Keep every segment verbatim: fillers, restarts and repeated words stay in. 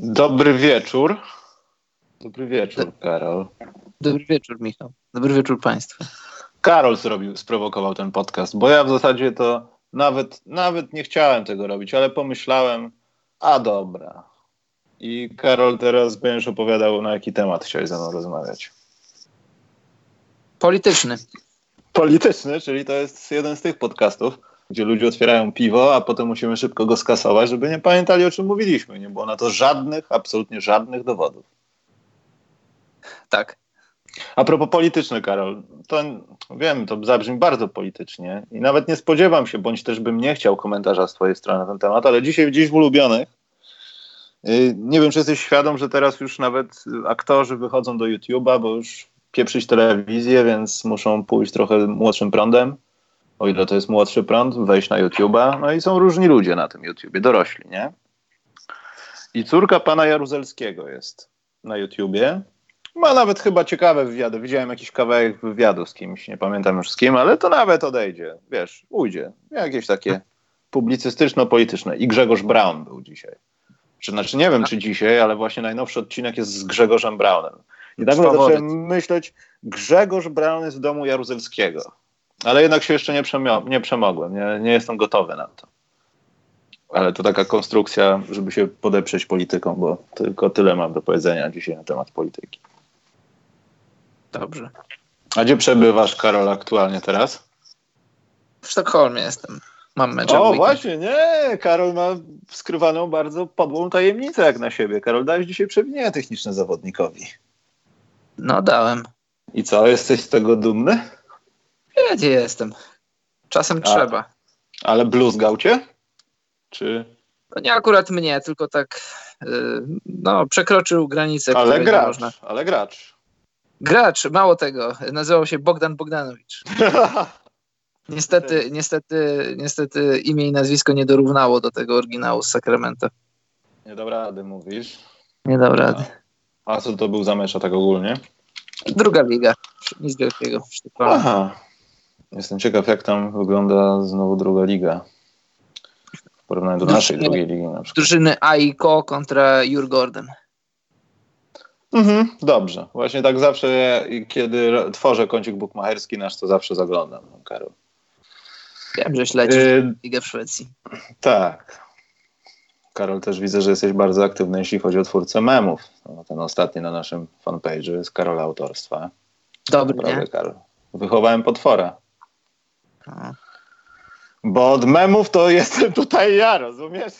Dobry wieczór. Dobry wieczór, Karol. Dobry wieczór, Michał. Dobry wieczór Państwu. Karol zrobił, sprowokował ten podcast, bo ja w zasadzie to nawet, nawet nie chciałem tego robić, ale pomyślałem, a dobra. I Karol, teraz będziesz opowiadał, na jaki temat chciałeś ze mną rozmawiać. Polityczny. Polityczny, czyli to jest jeden z tych podcastów, gdzie ludzie otwierają piwo, a potem musimy szybko go skasować, żeby nie pamiętali, o czym mówiliśmy. Nie było na to żadnych, absolutnie żadnych dowodów. Tak. A propos polityczny, Karol, to wiem, to zabrzmi bardzo politycznie i nawet nie spodziewam się, bądź też bym nie chciał komentarza z twojej strony na ten temat, ale dzisiaj dziś w ulubionych, yy, nie wiem, czy jesteś świadom, że teraz już nawet aktorzy wychodzą do YouTube'a, bo już pieprzyć telewizję, więc muszą pójść trochę młodszym prądem, o ile to jest młodszy prąd, wejść na YouTube'a, no i są różni ludzie na tym YouTubie, dorośli, nie? I córka pana Jaruzelskiego jest na YouTubie. Ma nawet chyba ciekawe wywiady. Widziałem jakiś kawałek wywiadu z kimś, nie pamiętam już z kim, ale to nawet odejdzie. Wiesz, ujdzie. Jakieś takie publicystyczno-polityczne. I Grzegorz Braun był dzisiaj. Czy, znaczy nie wiem, czy dzisiaj, ale właśnie najnowszy odcinek jest z Grzegorzem Braunem. I tak zacząłem myśleć, Grzegorz Braun jest w domu Jaruzelskiego. Ale jednak się jeszcze nie, przemio- nie przemogłem. Nie, nie jestem gotowy na to. Ale to taka konstrukcja, żeby się podeprzeć polityką, bo tylko tyle mam do powiedzenia dzisiaj na temat polityki. Dobrze. A gdzie przebywasz, Karol, aktualnie teraz? W Sztokholmie jestem. Mam mecz. O, właśnie, nie. Karol ma skrywaną bardzo podłą tajemnicę jak na siebie. Karol, dałeś dzisiaj przewinienia techniczne zawodnikowi. No, dałem. I co, jesteś z tego dumny? Ja gdzie jestem. Czasem A, trzeba. Ale bluzgał cię? Czy... To nie akurat mnie, tylko tak yy, no, przekroczył granicę. Ale gracz, można. ale gracz. Gracz, mało tego. Nazywał się Bogdan Bogdanowicz. niestety, niestety, niestety imię i nazwisko nie dorównało do tego oryginału z Sacramento. Nie dał rady, mówisz? Nie dał rady. A, a co to był za mecz tak ogólnie? Druga liga. Nic wielkiego. Aha. Jestem ciekaw, jak tam wygląda znowu druga liga. W porównaniu do naszej drugiej ligi na przykład. Drużyny A I K O kontra Djurgården. Mhm, dobrze. Właśnie tak zawsze, kiedy tworzę kącik bukmacherski nasz, to zawsze zaglądam, Karol. Wiem, że śledzisz yy, ligę w Szwecji. Tak. Karol, też widzę, że jesteś bardzo aktywny, jeśli chodzi o twórcę memów. No, ten ostatni na naszym fanpage'u jest Karola autorstwa. Dobry, Naprawdę, nie? Karol. Wychowałem potwora. A. Bo od memów to jestem tutaj ja, rozumiesz?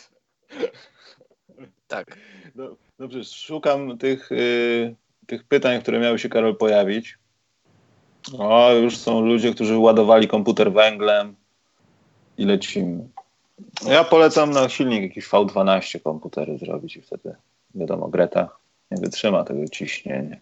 Tak. No, dobrze, szukam tych, yy, tych pytań, które miały się, Karol, pojawić. O, już są ludzie, którzy ładowali komputer węglem i lecimy. Ja polecam na silnik jakiś V dwanaście komputery zrobić i wtedy, wiadomo, Greta nie wytrzyma tego ciśnienia.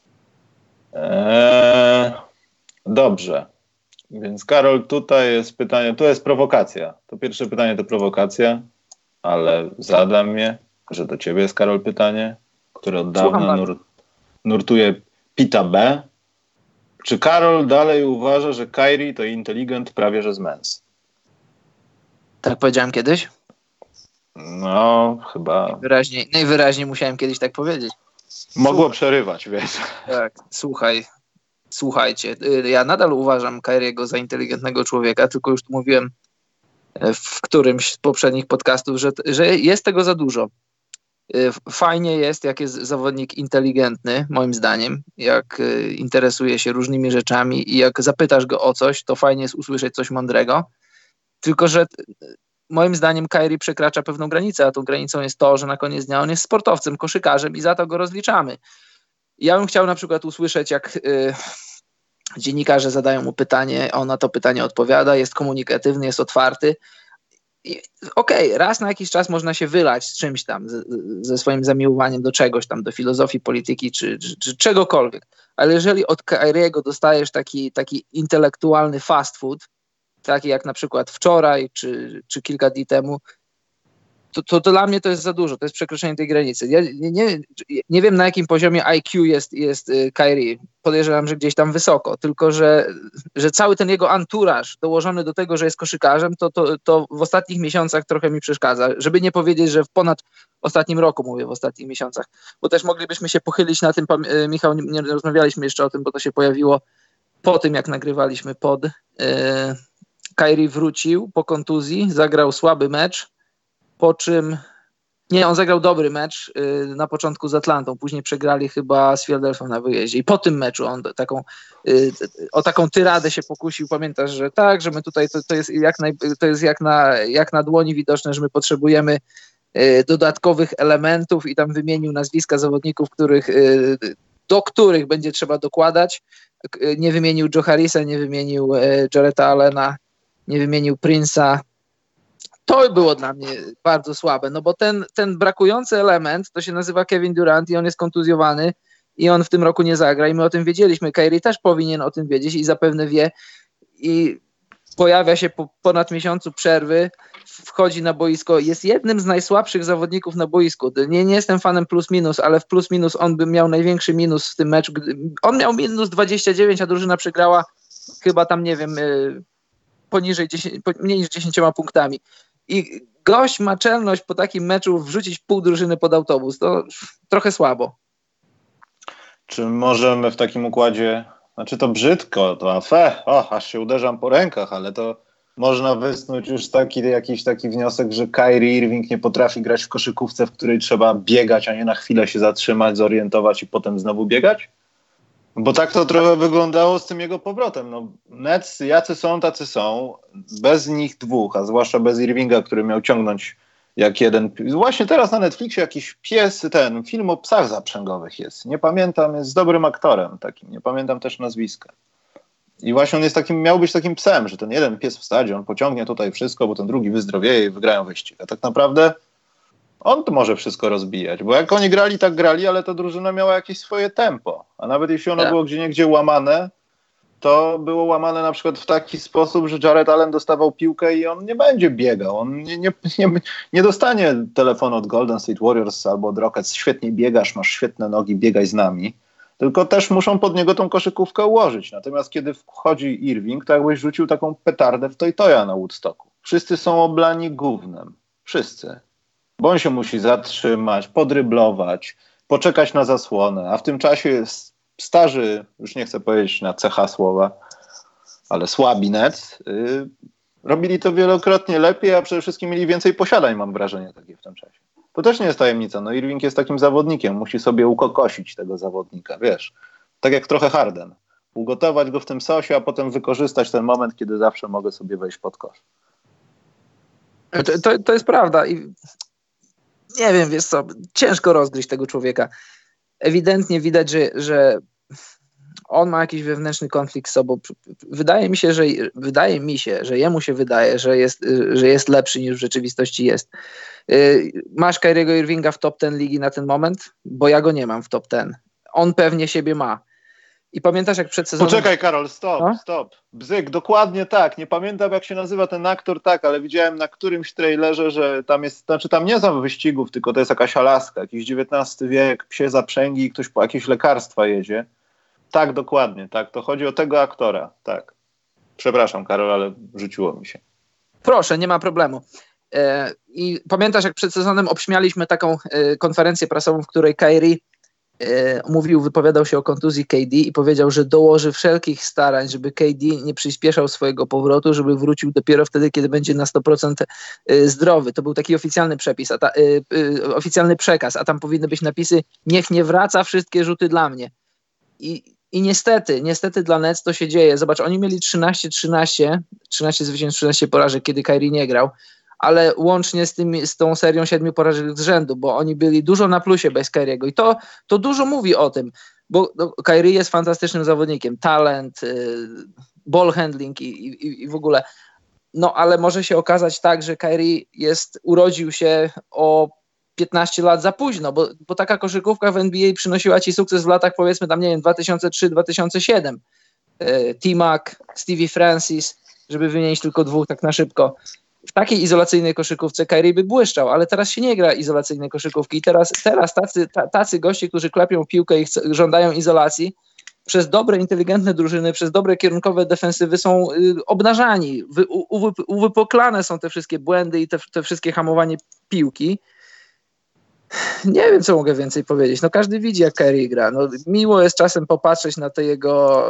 Eee, dobrze. Więc Karol, tutaj jest pytanie, tu jest prowokacja. To pierwsze pytanie to prowokacja, ale zadam je, że do ciebie jest, Karol, pytanie, które od dawna nur, nurtuje Pita B. Czy Karol dalej uważa, że Kyrie to inteligent prawie że z mens? Tak powiedziałem kiedyś? No, chyba... Najwyraźniej, najwyraźniej musiałem kiedyś tak powiedzieć. Mogło Słuchaj. przerywać, wiesz. Tak, słuchaj. Słuchajcie, ja nadal uważam Kyriego za inteligentnego człowieka, tylko już tu mówiłem w którymś z poprzednich podcastów, że, że jest tego za dużo. Fajnie jest, jak jest zawodnik inteligentny, moim zdaniem, jak interesuje się różnymi rzeczami i jak zapytasz go o coś, to fajnie jest usłyszeć coś mądrego. Tylko że moim zdaniem Kyrie przekracza pewną granicę, a tą granicą jest to, że na koniec dnia on jest sportowcem, koszykarzem i za to go rozliczamy. Ja bym chciał na przykład usłyszeć, jak y, dziennikarze zadają mu pytanie, on na to pytanie odpowiada, jest komunikatywny, jest otwarty. Okej, okay, raz na jakiś czas można się wylać z czymś tam, z, ze swoim zamiłowaniem do czegoś tam, do filozofii, polityki czy, czy, czy czegokolwiek. Ale jeżeli od Kyriego dostajesz taki, taki intelektualny fast food, taki jak na przykład wczoraj czy, czy kilka dni temu, to, to, to dla mnie to jest za dużo, to jest przekroczenie tej granicy. Ja nie, nie, nie wiem, na jakim poziomie I Q jest, jest Kyrie. Podejrzewam, że gdzieś tam wysoko, tylko że, że cały ten jego anturaż dołożony do tego, że jest koszykarzem, to, to, to w ostatnich miesiącach trochę mi przeszkadza. Żeby nie powiedzieć, że w ponad ostatnim roku, mówię w ostatnich miesiącach, bo też moglibyśmy się pochylić na tym, Michał, nie rozmawialiśmy jeszcze o tym, bo to się pojawiło po tym, jak nagrywaliśmy pod. Kyrie wrócił po kontuzji, zagrał słaby mecz, po czym, nie, on zagrał dobry mecz y, na początku z Atlantą, później przegrali chyba z Philadelphia na wyjeździe i po tym meczu on taką, y, o taką tyradę się pokusił, pamiętasz, że tak, że my tutaj, to, to jest, jak, naj, to jest jak, na, jak na dłoni widoczne, że my potrzebujemy y, dodatkowych elementów i tam wymienił nazwiska zawodników, których, y, do których będzie trzeba dokładać, y, nie wymienił Joe Harrisa, nie wymienił y, Jarretta Allena, nie wymienił Prince'a. To było dla mnie bardzo słabe, no bo ten, ten brakujący element to się nazywa Kevin Durant i on jest kontuzjowany i on w tym roku nie zagra i my o tym wiedzieliśmy. Kyrie też powinien o tym wiedzieć i zapewne wie i pojawia się po ponad miesiącu przerwy, wchodzi na boisko, jest jednym z najsłabszych zawodników na boisku. Nie, nie jestem fanem plus minus, ale w plus minus on by miał największy minus w tym meczu. On miał minus dwadzieścia dziewięć, a drużyna przegrała chyba tam, nie wiem, poniżej dziesięć, mniej niż dziesięcioma punktami. I gość ma czelność po takim meczu wrzucić pół drużyny pod autobus. To trochę słabo. Czy możemy w takim układzie, znaczy to brzydko, to afe, o, aż się uderzam po rękach, ale to można wysnuć już taki, jakiś taki wniosek, że Kyrie Irving nie potrafi grać w koszykówce, w której trzeba biegać, a nie na chwilę się zatrzymać, zorientować i potem znowu biegać? Bo tak to trochę wyglądało z tym jego powrotem. No, Nets, jacy są, tacy są. Bez nich dwóch, a zwłaszcza bez Irvinga, który miał ciągnąć jak jeden. Właśnie teraz na Netflixie jakiś pies, ten film o psach zaprzęgowych jest. Nie pamiętam, jest dobrym aktorem takim. Nie pamiętam też nazwiska. I właśnie on jest takim, miał być takim psem, że ten jeden pies w stadzie, on pociągnie tutaj wszystko, bo ten drugi wyzdrowieje i wygrają wyścig. A tak naprawdę on to może wszystko rozbijać, bo jak oni grali, tak grali, ale ta drużyna miała jakieś swoje tempo. A nawet jeśli ono tak. było gdzieniegdzie łamane, to było łamane na przykład w taki sposób, że Jarrett Allen dostawał piłkę i on nie będzie biegał. On nie, nie, nie, nie dostanie telefonu od Golden State Warriors albo od Rockets. Świetnie biegasz, masz świetne nogi, biegaj z nami. Tylko też muszą pod niego tą koszykówkę ułożyć. Natomiast kiedy wchodzi Irving, to jakbyś rzucił taką petardę w Toy-Toya na Woodstocku. Wszyscy są oblani gównem. Wszyscy. Bo on się musi zatrzymać, podryblować, poczekać na zasłonę, a w tym czasie starzy, już nie chcę powiedzieć na cecha słowa, ale słabi Nets, yy, robili to wielokrotnie lepiej, a przede wszystkim mieli więcej posiadań, mam wrażenie, takie w tym czasie. To też nie jest tajemnica. No Irving jest takim zawodnikiem, musi sobie ukokosić tego zawodnika, wiesz, tak jak trochę Harden. Ugotować go w tym sosie, a potem wykorzystać ten moment, kiedy zawsze mogę sobie wejść pod kosz. To, to, to jest prawda i nie wiem, wiesz co, ciężko rozgryźć tego człowieka. Ewidentnie widać, że, że on ma jakiś wewnętrzny konflikt z sobą. Wydaje mi się, że wydaje mi się, że jemu się wydaje, że jest, że jest lepszy niż w rzeczywistości jest. Masz Kyriego Irvinga w top dziesięć ligi na ten moment? Bo ja go nie mam w top dziesięć. On pewnie siebie ma. I pamiętasz, jak przed sezonem... Poczekaj, Karol, stop, no? stop. Bzyk, dokładnie tak. Nie pamiętam, jak się nazywa ten aktor, tak, ale widziałem na którymś trailerze, że tam jest, znaczy tam nie są wyścigów, tylko to jest jakaś Alaska, jakiś dziewiętnasty wiek, psie zaprzęgi i ktoś po jakieś lekarstwa jedzie. Tak, dokładnie, tak. To chodzi o tego aktora, tak. Przepraszam, Karol, ale rzuciło mi się. Proszę, nie ma problemu. E, I pamiętasz, jak przed sezonem obśmialiśmy taką e, konferencję prasową, w której Kyrie e, mówił, wypowiadał się o kontuzji K D i powiedział, że dołoży wszelkich starań, żeby K D nie przyspieszał swojego powrotu, żeby wrócił dopiero wtedy, kiedy będzie na sto procent zdrowy. To był taki oficjalny przepis, a ta, e, e, oficjalny przekaz, a tam powinny być napisy: niech nie wraca, wszystkie rzuty dla mnie. I I niestety, niestety dla Nets to się dzieje. Zobacz, oni mieli trzynaście trzynaście, trzynaście zwycięstw, trzynaście porażek, kiedy Kyrie nie grał, ale łącznie z, tym, z tą serią siedmiu porażek z rzędu, bo oni byli dużo na plusie bez Kyriego i to, to dużo mówi o tym, bo no, Kyrie jest fantastycznym zawodnikiem, talent, yy, ball handling i, i, i w ogóle, no ale może się okazać tak, że Kyrie jest, urodził się o piętnaście lat za późno, bo, bo taka koszykówka w N B A przynosiła ci sukces w latach, powiedzmy tam, nie wiem, dwa tysiące trzy dwa tysiące siedem. T-Mac, Stevie Francis, żeby wymienić tylko dwóch tak na szybko. w takiej izolacyjnej koszykówce Kyrie by błyszczał, ale teraz się nie gra izolacyjnej koszykówki i teraz, teraz tacy, tacy goście, którzy klepią piłkę i chc- żądają izolacji, przez dobre, inteligentne drużyny, przez dobre kierunkowe defensywy są y, obnażani. Wy, u, uwypoklane są te wszystkie błędy i te, te wszystkie hamowanie piłki. Nie wiem, co mogę więcej powiedzieć. No każdy widzi, jak Kyrie gra. No, miło jest czasem popatrzeć na to jego,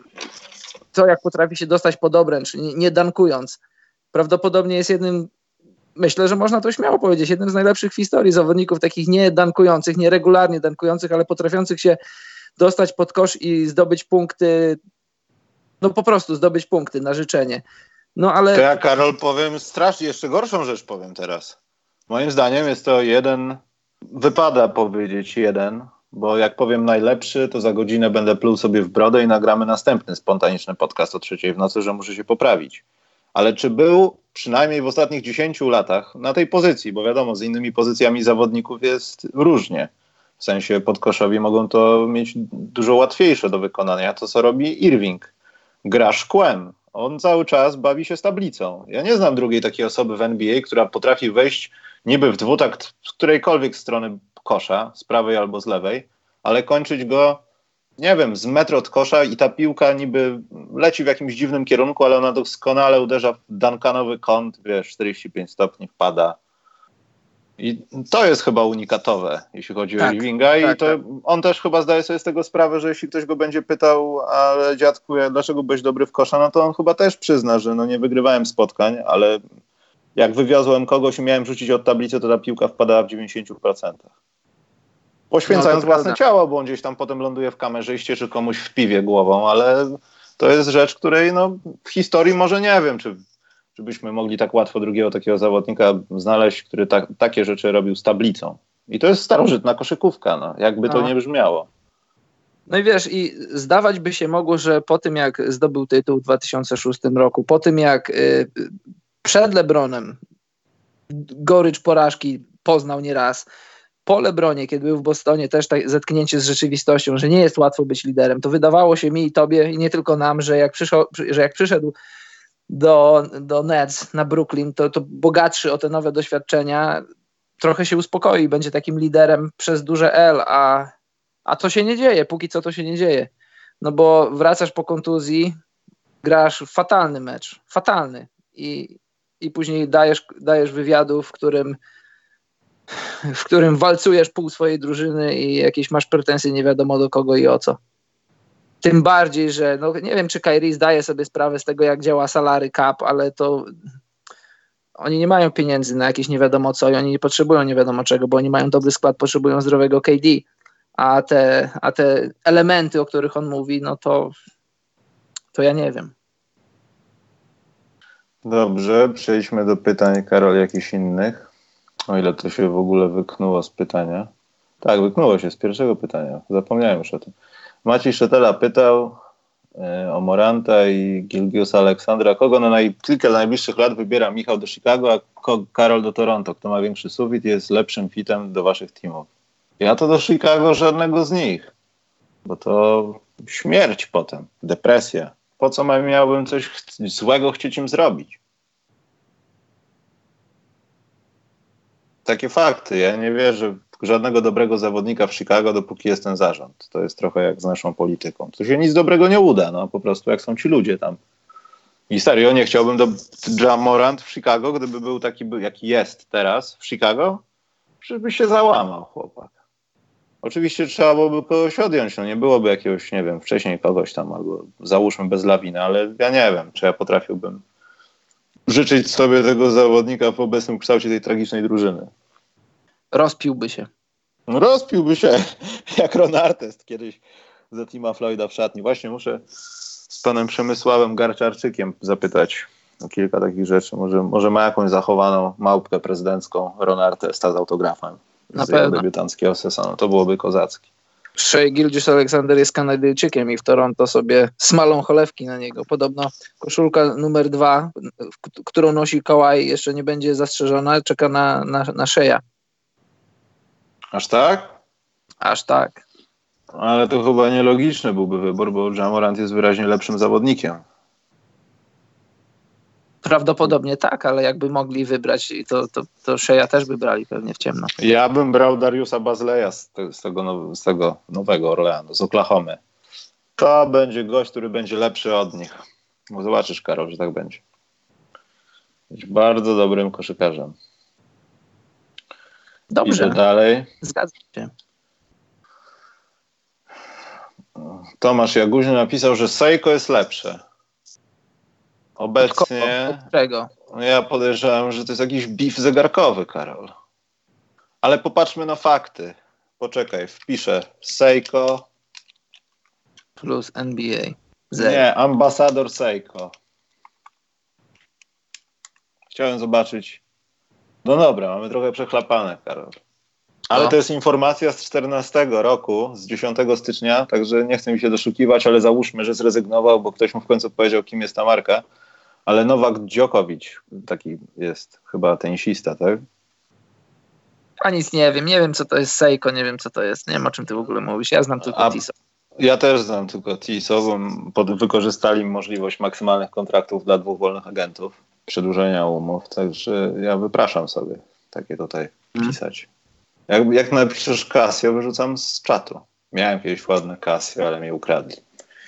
to jak potrafi się dostać pod obręcz, nie, nie dankując. Prawdopodobnie jest jednym, myślę, że można to śmiało powiedzieć, jednym z najlepszych w historii zawodników takich nie dankujących, nie regularnie dankujących, ale potrafiących się dostać pod kosz i zdobyć punkty, no po prostu zdobyć punkty na życzenie. No ale... To ja, Karol, powiem strasznie, jeszcze gorszą rzecz powiem teraz. Moim zdaniem jest to jeden, wypada powiedzieć jeden, bo jak powiem najlepszy, to za godzinę będę pluł sobie w brodę i nagramy następny spontaniczny podcast o trzeciej w nocy, że muszę się poprawić. Ale czy był przynajmniej w ostatnich dziesięciu latach na tej pozycji, bo wiadomo, z innymi pozycjami zawodników jest różnie. W sensie podkoszowi mogą to mieć dużo łatwiejsze do wykonania. To, co robi Irving. Gra szkłem. On cały czas bawi się z tablicą. Ja nie znam drugiej takiej osoby w N B A, która potrafi wejść niby w dwutakt z którejkolwiek strony kosza, z prawej albo z lewej, ale kończyć go, nie wiem, z metr od kosza i ta piłka niby leci w jakimś dziwnym kierunku, ale ona doskonale uderza w Duncanowy kąt, wiesz, czterdzieści pięć stopni wpada. I to jest chyba unikatowe, jeśli chodzi tak, o Irvinga i tak, to tak. On też chyba zdaje sobie z tego sprawę, że jeśli ktoś go będzie pytał, ale dziadku, dlaczego byłeś dobry w kosza, no to on chyba też przyzna, że no nie wygrywałem spotkań, ale jak wywiozłem kogoś i miałem rzucić od tablicy, to ta piłka wpadała w dziewięćdziesiąt procent. Poświęcając no, własne prawda. ciało, bo on gdzieś tam potem ląduje w kamerzyście czy komuś w piwie głową, ale to jest rzecz, której no, w historii może nie wiem, czy czy byśmy mogli tak łatwo drugiego takiego zawodnika znaleźć, który ta, takie rzeczy robił z tablicą. I to jest starożytna koszykówka, no, jakby to no. nie brzmiało. No i wiesz, i zdawać by się mogło, że po tym jak zdobył tytuł w dwa tysiące szóstym roku, po tym jak y, przed LeBronem gorycz porażki poznał nieraz, po LeBronie, kiedy był w Bostonie, też tak zetknięcie z rzeczywistością, że nie jest łatwo być liderem, to wydawało się mi i tobie, i nie tylko nam, że jak, przyszło, że jak przyszedł do, do Nets na Brooklyn, to, to bogatszy o te nowe doświadczenia, trochę się uspokoi i będzie takim liderem przez duże L, a, a to się nie dzieje, póki co to się nie dzieje. No bo wracasz po kontuzji, grasz fatalny mecz, fatalny i, i później dajesz, dajesz wywiadu, w którym w którym walcujesz pół swojej drużyny i jakieś masz pretensje nie wiadomo do kogo i o co. Tym bardziej, że no nie wiem, czy Kyrie zdaje sobie sprawę z tego, jak działa salary cap, ale to oni nie mają pieniędzy na jakieś nie wiadomo co i oni nie potrzebują nie wiadomo czego, bo oni mają dobry skład, potrzebują zdrowego K D, a te, a te elementy, o których on mówi, no to to ja nie wiem. Dobrze, przejdźmy do pytań, Karol, jakichś innych. O ile to się w ogóle wyknuło z pytania. Tak, wyknuło się z pierwszego pytania. Zapomniałem już o tym. Maciej Szetela pytał y, o Moranta i Gilgeousa Aleksandra. Kogo na naj, kilka najbliższych lat wybiera Michał do Chicago, a Ko- Karol do Toronto? Kto ma większy sufit i jest lepszym fitem do waszych teamów? Ja to do Chicago żadnego z nich. Bo to śmierć potem. Depresja. Po co miałbym coś ch- złego chcieć im zrobić? Takie fakty. Ja nie wierzę w żadnego dobrego zawodnika w Chicago, dopóki jest ten zarząd. To jest trochę jak z naszą polityką. To się nic dobrego nie uda, no po prostu jak są ci ludzie tam. I serio, nie chciałbym do Ja Morant w Chicago, gdyby był taki, jaki jest teraz w Chicago, żeby się załamał chłopak. Oczywiście trzeba byłoby kogoś odjąć, no nie byłoby jakiegoś, nie wiem, wcześniej kogoś tam, albo załóżmy bez lawiny, ale ja nie wiem, czy ja potrafiłbym życzyć sobie tego zawodnika w obecnym kształcie tej tragicznej drużyny. Rozpiłby się. No rozpiłby się, jak Ron Artest kiedyś za Tima Floyda w szatni. Właśnie muszę z panem Przemysławem Garczarczykiem zapytać o kilka takich rzeczy. Może, może ma jakąś zachowaną małpkę prezydencką Ron Artesta z autografem Na z pewno. jego debiutanckiego sezonu. To byłoby kozackie. Shai Gilgeous-Alexander jest Kanadyjczykiem i w Toronto sobie smalą cholewki na niego. Podobno koszulka numer dwa, którą nosi Kawhi, jeszcze nie będzie zastrzeżona, czeka na, na, na Shai'a. Aż tak? Aż tak. Ale to chyba nielogiczny byłby wybór, bo Ja Morant jest wyraźnie lepszym zawodnikiem. Prawdopodobnie tak, ale jakby mogli wybrać, to, to, to Shea'a też by brali pewnie w ciemno. Ja bym brał Dariusa Bazleya z, te, z, tego now, z tego nowego Orleanu, z Oklahomy. To będzie gość, który będzie lepszy od nich. Bo zobaczysz, Karol, że tak będzie. Być bardzo dobrym koszykarzem. Dobrze. Idę dalej. Zgadzam się. Tomasz Jaguźny napisał, że Seiko jest lepsze. Obecnie... Od czego? Ja podejrzewam, że to jest jakiś beef zegarkowy, Karol. Ale popatrzmy na fakty. Poczekaj, wpiszę Seiko... Plus N B A. Zero. Nie, ambasador Seiko. Chciałem zobaczyć. No dobra, mamy trochę przechlapane, Karol. Ale no. To jest informacja z czternastego roku, z dziesiątego stycznia, także nie chcę mi się doszukiwać, ale załóżmy, że zrezygnował, bo ktoś mu w końcu powiedział, kim jest ta marka. Ale Nowak Djokovic, taki jest chyba tenisista, tak? A nic nie wiem, nie wiem co to jest Seiko, nie wiem co to jest, nie wiem o czym ty w ogóle mówisz, ja znam tylko A... Tiso. Ja też znam tylko Tiso, bo pod, wykorzystali możliwość maksymalnych kontraktów dla dwóch wolnych agentów, przedłużenia umów, także ja wypraszam sobie takie tutaj hmm. pisać. Jak, jak napiszesz Casio, wyrzucam z czatu. Miałem kiedyś ładne Casio, ale mnie ukradli.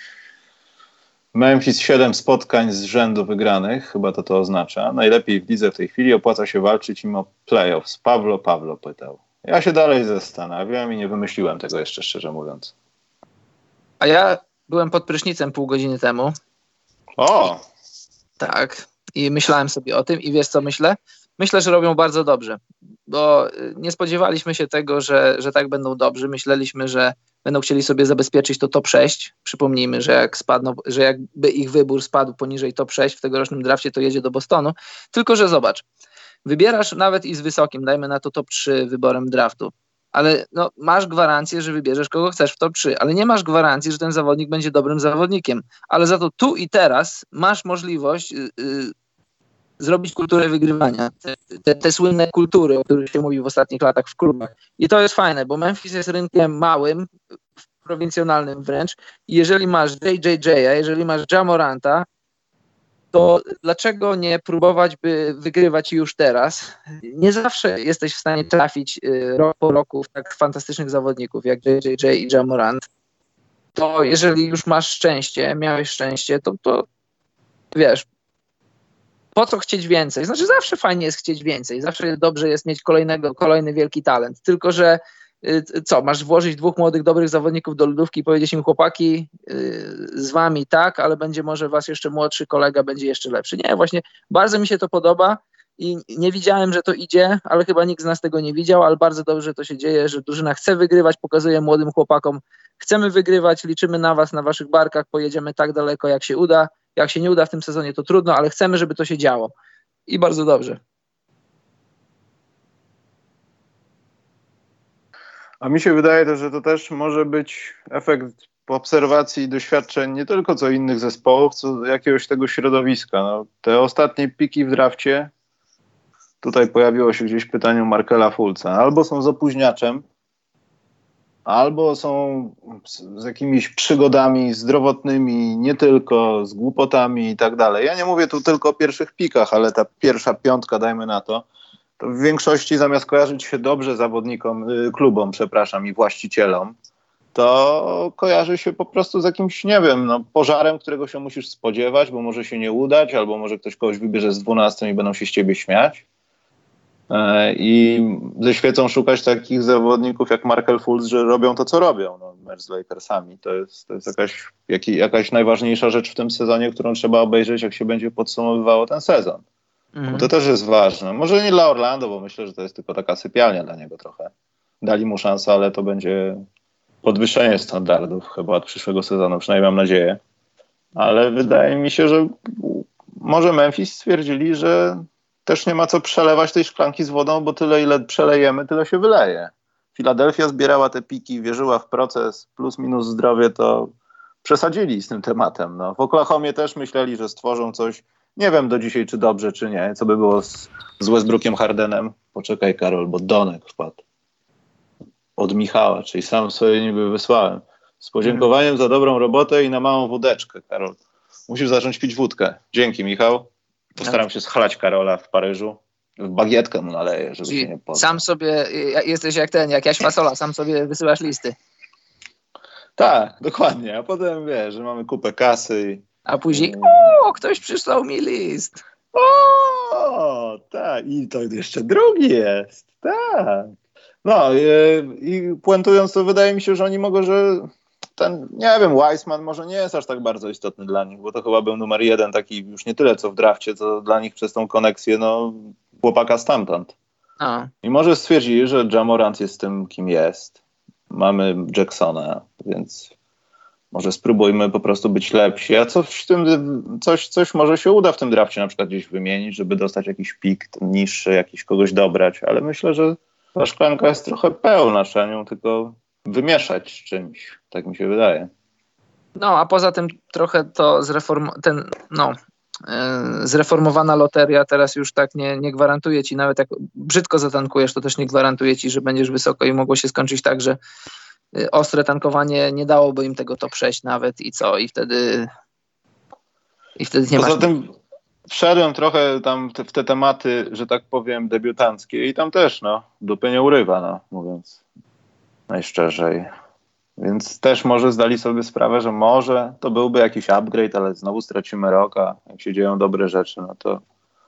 Memphis siedem spotkań z rzędu wygranych, chyba to to oznacza. Najlepiej w lidze w tej chwili, opłaca się walczyć im o playoffs. Pawlo Pawlo pytał. Ja się dalej zastanawiam i nie wymyśliłem tego jeszcze, szczerze mówiąc. A ja byłem pod prysznicem pół godziny temu. O! Tak. I myślałem sobie o tym i wiesz co myślę? Myślę, że robią bardzo dobrze, bo nie spodziewaliśmy się tego, że, że tak będą dobrzy. Myśleliśmy, że będą chcieli sobie zabezpieczyć to top sześć. Przypomnijmy, że jak spadną, że jakby ich wybór spadł poniżej top sześć w tegorocznym drafcie, to jedzie do Bostonu. Tylko że zobacz, wybierasz nawet i z wysokim, dajmy na to top trzy wyborem draftu. Ale no, masz gwarancję, że wybierzesz kogo chcesz w top trzy, ale nie masz gwarancji, że ten zawodnik będzie dobrym zawodnikiem. Ale za to tu i teraz masz możliwość yy, yy, zrobić kulturę wygrywania. Te, te, te słynne kultury, o których się mówi w ostatnich latach w klubach. I to jest fajne, bo Memphis jest rynkiem małym, prowincjonalnym wręcz. I jeżeli masz J J J, jeżeli masz Ja Moranta, to dlaczego nie próbować, by wygrywać już teraz? Nie zawsze jesteś w stanie trafić rok po roku w tak fantastycznych zawodników jak J J J i Ja Morant. To jeżeli już masz szczęście, miałeś szczęście, to, to wiesz, po co chcieć więcej? Znaczy zawsze fajnie jest chcieć więcej, zawsze dobrze jest mieć kolejnego, kolejny wielki talent, tylko że co, masz włożyć dwóch młodych, dobrych zawodników do lodówki i powiedzieć im, chłopaki, z wami tak, ale będzie może was jeszcze młodszy kolega, będzie jeszcze lepszy. Nie, właśnie bardzo mi się to podoba i nie widziałem, że to idzie, ale chyba nikt z nas tego nie widział, ale bardzo dobrze to się dzieje, że drużyna chce wygrywać, pokazuje młodym chłopakom, chcemy wygrywać, liczymy na was, na waszych barkach, pojedziemy tak daleko, jak się uda. Jak się nie uda w tym sezonie, to trudno, ale chcemy, żeby to się działo. I bardzo dobrze. A mi się wydaje też, że to też może być efekt obserwacji i doświadczeń nie tylko co innych zespołów, co jakiegoś tego środowiska. No, te ostatnie piki w drafcie, tutaj pojawiło się gdzieś pytanie Markela Fulca, albo są z opóźniaczem, albo są z, z jakimiś przygodami zdrowotnymi, nie tylko z głupotami i tak dalej. Ja nie mówię tu tylko o pierwszych pikach, ale ta pierwsza piątka, dajmy na to, to w większości zamiast kojarzyć się dobrze zawodnikom, y, klubom, przepraszam, i właścicielom, to kojarzy się po prostu z jakimś, nie wiem, no, pożarem, którego się musisz spodziewać, bo może się nie udać, albo może ktoś kogoś wybierze z dwunastą i będą się z ciebie śmiać. I ze świecą szukać takich zawodników jak Markel Fultz, że robią to, co robią. No, mecz z Lakersami. To jest, to jest jakaś, jak, jakaś najważniejsza rzecz w tym sezonie, którą trzeba obejrzeć, jak się będzie podsumowywało ten sezon. Mm. Bo to też jest ważne. Może nie dla Orlando, bo myślę, że to jest tylko taka sypialnia dla niego trochę. Dali mu szansę, ale to będzie podwyższenie standardów chyba od przyszłego sezonu, przynajmniej mam nadzieję. Ale wydaje mi się, że może Memphis stwierdzili, że też nie ma co przelewać tej szklanki z wodą, bo tyle, ile przelejemy, tyle się wyleje. Filadelfia zbierała te piki, wierzyła w proces, plus minus zdrowie, to przesadzili z tym tematem. No. W Oklahomie też myśleli, że stworzą coś, nie wiem do dzisiaj, czy dobrze, czy nie. Co by było z, z Westbrookiem, Hardenem? Poczekaj, Karol, bo Donek wpadł. Od Michała, czyli sam sobie niby wysłałem. Z podziękowaniem hmm. za dobrą robotę i na małą wódeczkę, Karol. Musisz zacząć pić wódkę. Dzięki, Michał. Postaram się schlać Karola w Paryżu. W bagietkę mu naleję, żeby Czyli się nie poddał. sam sobie, jesteś jak ten, jak Jaś Fasola, sam sobie wysyłasz listy. Tak, dokładnie. A potem wiesz, że mamy kupę kasy. I... A później, o, ktoś przysłał mi list. O, tak. I to jeszcze drugi jest. Tak. No i, i puentując to, wydaje mi się, że oni mogą, że ten, nie wiem, Weissman może nie jest aż tak bardzo istotny dla nich, bo to chyba był numer jeden taki już nie tyle co w drafcie, co dla nich przez tą koneksję, no, chłopaka stamtąd. A. I może stwierdzili, że Ja Morant jest tym, kim jest. Mamy Jacksona, więc może spróbujmy po prostu być lepsi. A coś, w tym, coś, coś może się uda w tym drafcie na przykład gdzieś wymienić, żeby dostać jakiś pik niższy, jakiś kogoś dobrać, ale myślę, że ta szklanka jest trochę pełna, trzeba ją tylko wymieszać z czymś, tak mi się wydaje. No, a poza tym trochę to zreform... ten, no, yy, zreformowana loteria teraz już tak nie, nie gwarantuje ci, nawet jak brzydko zatankujesz, to też nie gwarantuje ci, że będziesz wysoko i mogło się skończyć tak, że yy, ostre tankowanie nie dałoby im tego top sześć nawet i co, i wtedy i wtedy nie Poza masz... tym wszedłem trochę tam te, w te tematy, że tak powiem, debiutanckie i tam też, no, dupy nie urywa, no, mówiąc najszczerzej. Więc też może zdali sobie sprawę, że może to byłby jakiś upgrade, ale znowu stracimy roka. Jak się dzieją dobre rzeczy, no to,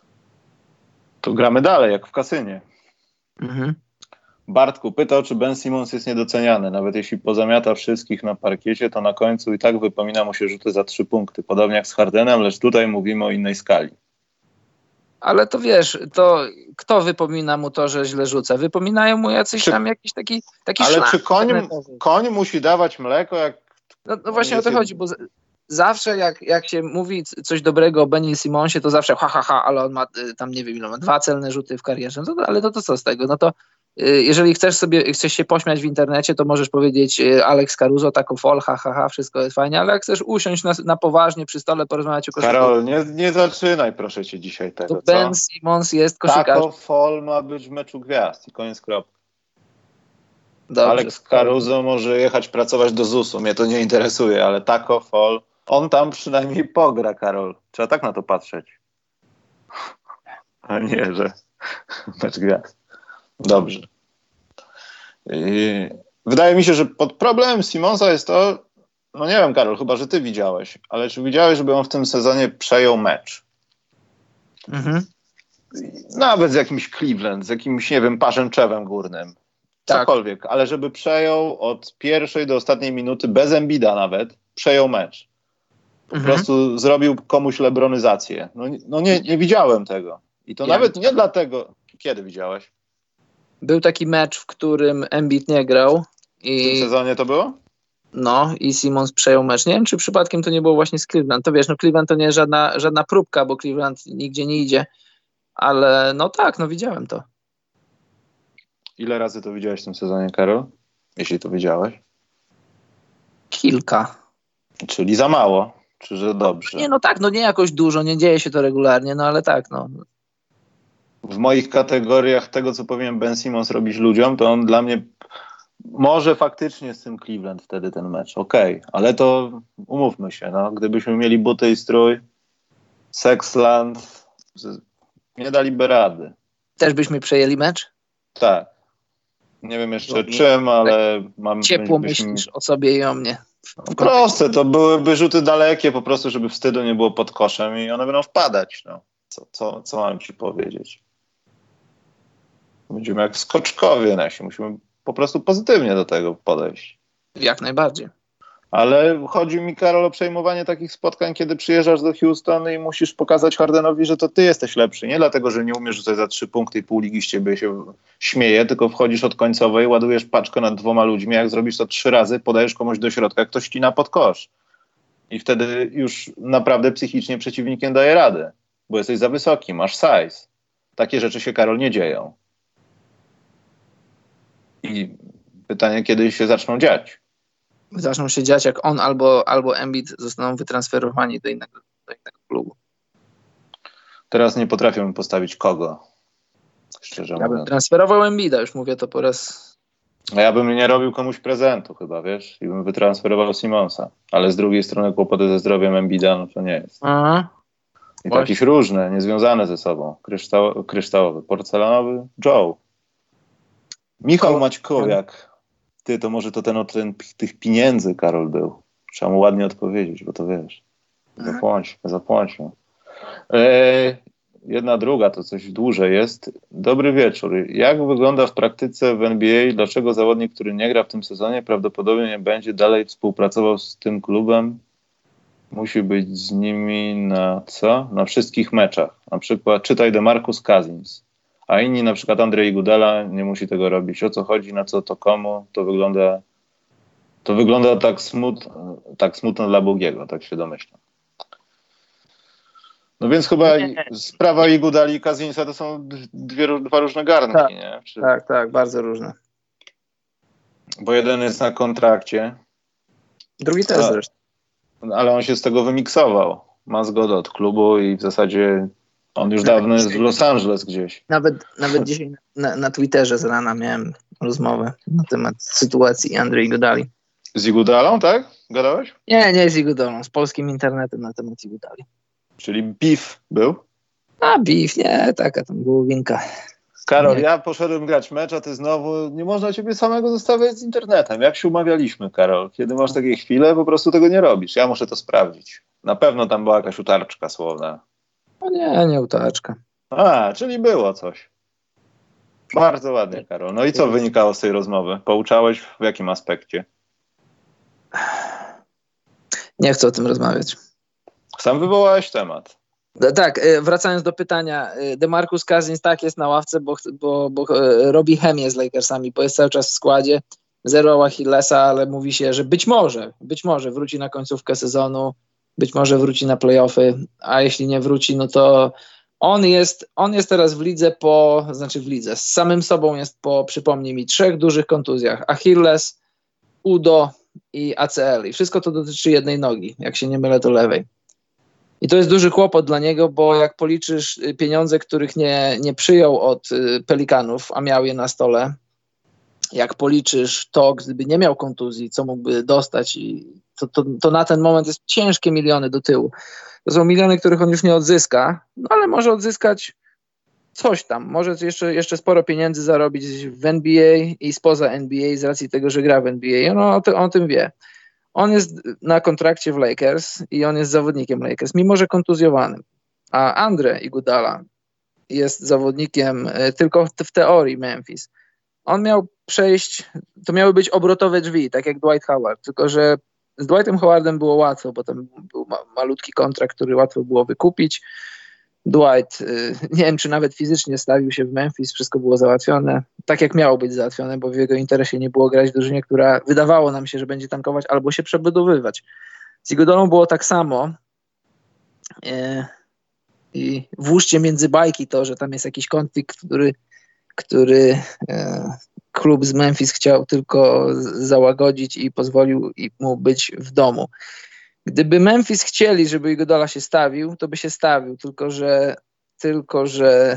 to gramy dalej, jak w kasynie. Mhm. Bartku pytał, czy Ben Simmons jest niedoceniany. Nawet jeśli pozamiata wszystkich na parkiecie, to na końcu i tak wypomina mu się rzuty za trzy punkty. Podobnie jak z Hardenem, lecz tutaj mówimy o innej skali. Ale to wiesz, to kto wypomina mu to, że źle rzuca? Wypominają mu jacyś Czy, tam jakiś taki, taki ale szlak czy koń, internetowy. koń musi dawać mleko, jak... No, no właśnie o to jest chodzi, bo z, zawsze jak, jak się mówi coś dobrego o Benie Simmonsie, to zawsze ha, ha, ha, ale on ma y, tam, nie wiem, ile ma, dwa celne rzuty w karierze. No to, ale to, to co z tego? No to y, jeżeli chcesz sobie, chcesz się pośmiać w internecie, to możesz powiedzieć y, Alex Caruso, taką fol, ha, ha, ha, wszystko jest fajnie, ale jak chcesz usiąść na, na poważnie przy stole, porozmawiać o koszykówce. Karol, nie, nie zaczynaj proszę cię dzisiaj tego, to co? Ben Simmons jest koszykarzem. Taco Fall ma być w meczu gwiazd i koniec kropka. Dobrze, Alex Caruso może jechać pracować do zusu, mnie to nie interesuje, ale Taco Fall, on tam przynajmniej pogra, Karol. Trzeba tak na to patrzeć. A nie, że mecz gwiazd. Dobrze. I wydaje mi się, że pod problemem Simmonsa jest to, no nie wiem, Karol, chyba, że ty widziałeś, ale czy widziałeś, żeby on w tym sezonie przejął mecz? Mhm. Nawet z jakimś Cleveland, z jakimś, nie wiem, Parzęczewem Górnym. Cokolwiek, tak. Ale żeby przejął od pierwszej do ostatniej minuty, bez Embida nawet, przejął mecz. Po mhm. prostu zrobił komuś lebronyzację. No, no nie, nie widziałem tego. I to ja nawet nie dlatego... Kiedy widziałeś? Był taki mecz, w którym Embiid nie grał. I... W tym sezonie to było? No i Simmons przejął mecz. Nie wiem, czy przypadkiem to nie było właśnie z Cleveland. To wiesz, no Cleveland to nie jest żadna, żadna próbka, bo Cleveland nigdzie nie idzie. Ale no tak, no widziałem to. Ile razy to widziałeś w tym sezonie, Karol? Jeśli to widziałeś? Kilka. Czyli za mało, czy że dobrze? Nie, no tak, no nie jakoś dużo, nie dzieje się to regularnie, no ale tak, no. W moich kategoriach tego, co powinien Ben Simmons robić ludziom, to on dla mnie może faktycznie z tym Cleveland wtedy ten mecz, okej, okay. Ale to umówmy się, no, gdybyśmy mieli buty i strój, Sexland, nie daliby rady. Też byśmy przejęli mecz? Tak. Nie wiem jeszcze no, czym, ale tak mam... Ciepło byśmy... myślisz o sobie i o mnie. No proste, to byłyby rzuty dalekie po prostu, żeby wstydu nie było pod koszem i one będą wpadać. No. Co, co, co mam ci powiedzieć? Będziemy jak skoczkowie nasi. Musimy po prostu pozytywnie do tego podejść. Jak najbardziej. Ale chodzi mi, Karol, o przejmowanie takich spotkań, kiedy przyjeżdżasz do Houston i musisz pokazać Hardenowi, że to ty jesteś lepszy. Nie dlatego, że nie umiesz rzucać za trzy punkty i pół ligi z ciebie się śmieje, tylko wchodzisz od końcowej, ładujesz paczkę nad dwoma ludźmi, jak zrobisz to trzy razy, podajesz komuś do środka, ktoś ścina pod kosz. I wtedy już naprawdę psychicznie przeciwnikiem daje radę, bo jesteś za wysoki, masz size. Takie rzeczy się, Karol, nie dzieją. I pytanie, kiedy się zaczną dziać. Zaczną się dziać, jak on albo, albo Embiid zostaną wytransferowani do innego, do innego klubu. Teraz nie potrafię postawić kogo. Szczerze ja mówiąc. bym transferował Embida, już mówię to po raz... A ja bym nie robił komuś prezentu chyba, wiesz? I bym wytransferował Simmonsa. Ale z drugiej strony kłopoty ze zdrowiem Embida, no to nie jest. Aha. I to jakieś różne, niezwiązane ze sobą. Kryształ, kryształowy, porcelanowy, Joe. Michał Maćkowiak. Ty, to może to ten od ten, tych pieniędzy, Karol, był. Trzeba mu ładnie odpowiedzieć, bo to wiesz. Zapłać, zapłać. Eee, jedna druga, to coś dłużej jest. Dobry wieczór. Jak wygląda w praktyce w N B A? Dlaczego zawodnik, który nie gra w tym sezonie, prawdopodobnie nie będzie dalej współpracował z tym klubem? Musi być z nimi na co? Na wszystkich meczach. Na przykład czytaj DeMarcus Cousins. A inni, na przykład Andre Iguodala, nie musi tego robić. O co chodzi, na co to komu? To wygląda to wygląda tak, smut, tak smutno dla Bogiego, tak się domyślam. No więc chyba sprawa Iguodali i Cousinsa to są dwie, dwa różne garnki, tak, nie? Czy... Tak, tak, bardzo różne. Bo jeden jest na kontrakcie. Drugi też zresztą. Ale on się z tego wymiksował. Ma zgodę od klubu i w zasadzie on już dawno jest w Los Angeles gdzieś. Nawet, nawet dzisiaj na, na Twitterze z rana miałem rozmowę na temat sytuacji Andrei Iguodali. Z Iguodalą, tak? Gadałeś? Nie, nie z Iguodalą, z polskim internetem na temat Iguodali. Czyli beef był? A beef, nie, taka tam głowinka. Karol, nie. Ja poszedłem grać mecz, a ty znowu nie można ciebie samego zostawiać z internetem. Jak się umawialiśmy, Karol? Kiedy masz takie chwile, po prostu tego nie robisz. Ja muszę to sprawdzić. Na pewno tam była jakaś utarczka słowna. No nie, nie utarczka. A, czyli było coś. Bardzo ładnie, Karol. No i co wynikało z tej rozmowy? Pouczałeś w jakim aspekcie? Nie chcę o tym rozmawiać. Sam wywołałeś temat. Tak, wracając do pytania. DeMarcus Cousins tak jest na ławce, bo, bo, bo robi chemię z Lakersami, bo jest cały czas w składzie. Zero Achillesa, ale mówi się, że być może, być może wróci na końcówkę sezonu, być może wróci na playoffy, a jeśli nie wróci, no to on jest, on jest teraz w lidze po, znaczy w lidze, z samym sobą jest po, przypomnij mi, trzech dużych kontuzjach. Achilles, udo i A C L. I wszystko to dotyczy jednej nogi, jak się nie mylę, to lewej. I to jest duży kłopot dla niego, bo jak policzysz pieniądze, których nie, nie przyjął od Pelikanów, a miał je na stole, jak policzysz to, gdyby nie miał kontuzji, co mógłby dostać, i to, to, to na ten moment jest ciężkie miliony do tyłu. To są miliony, których on już nie odzyska, no ale może odzyskać coś tam. Może jeszcze, jeszcze sporo pieniędzy zarobić w N B A i spoza N B A z racji tego, że gra w N B A. On o, on o tym wie. On jest na kontrakcie w Lakers i on jest zawodnikiem Lakers, mimo że kontuzjowanym. A Andre Iguodala jest zawodnikiem tylko w teorii Memphis. On miał przejść, to miały być obrotowe drzwi, tak jak Dwight Howard, tylko że z Dwightem Howardem było łatwo, bo tam był ma, malutki kontrakt, który łatwo było wykupić. Dwight, y, nie wiem, czy nawet fizycznie stawił się w Memphis, wszystko było załatwione, tak jak miało być załatwione, bo w jego interesie nie było grać w drużynie, która wydawało nam się, że będzie tankować albo się przebudowywać. Z Iguodalą było tak samo. Y, I włóżcie między bajki to, że tam jest jakiś konflikt, który, który y, klub z Memphis chciał tylko załagodzić i pozwolił mu być w domu. Gdyby Memphis chcieli, żeby Iguodala się stawił, to by się stawił, tylko że tylko, że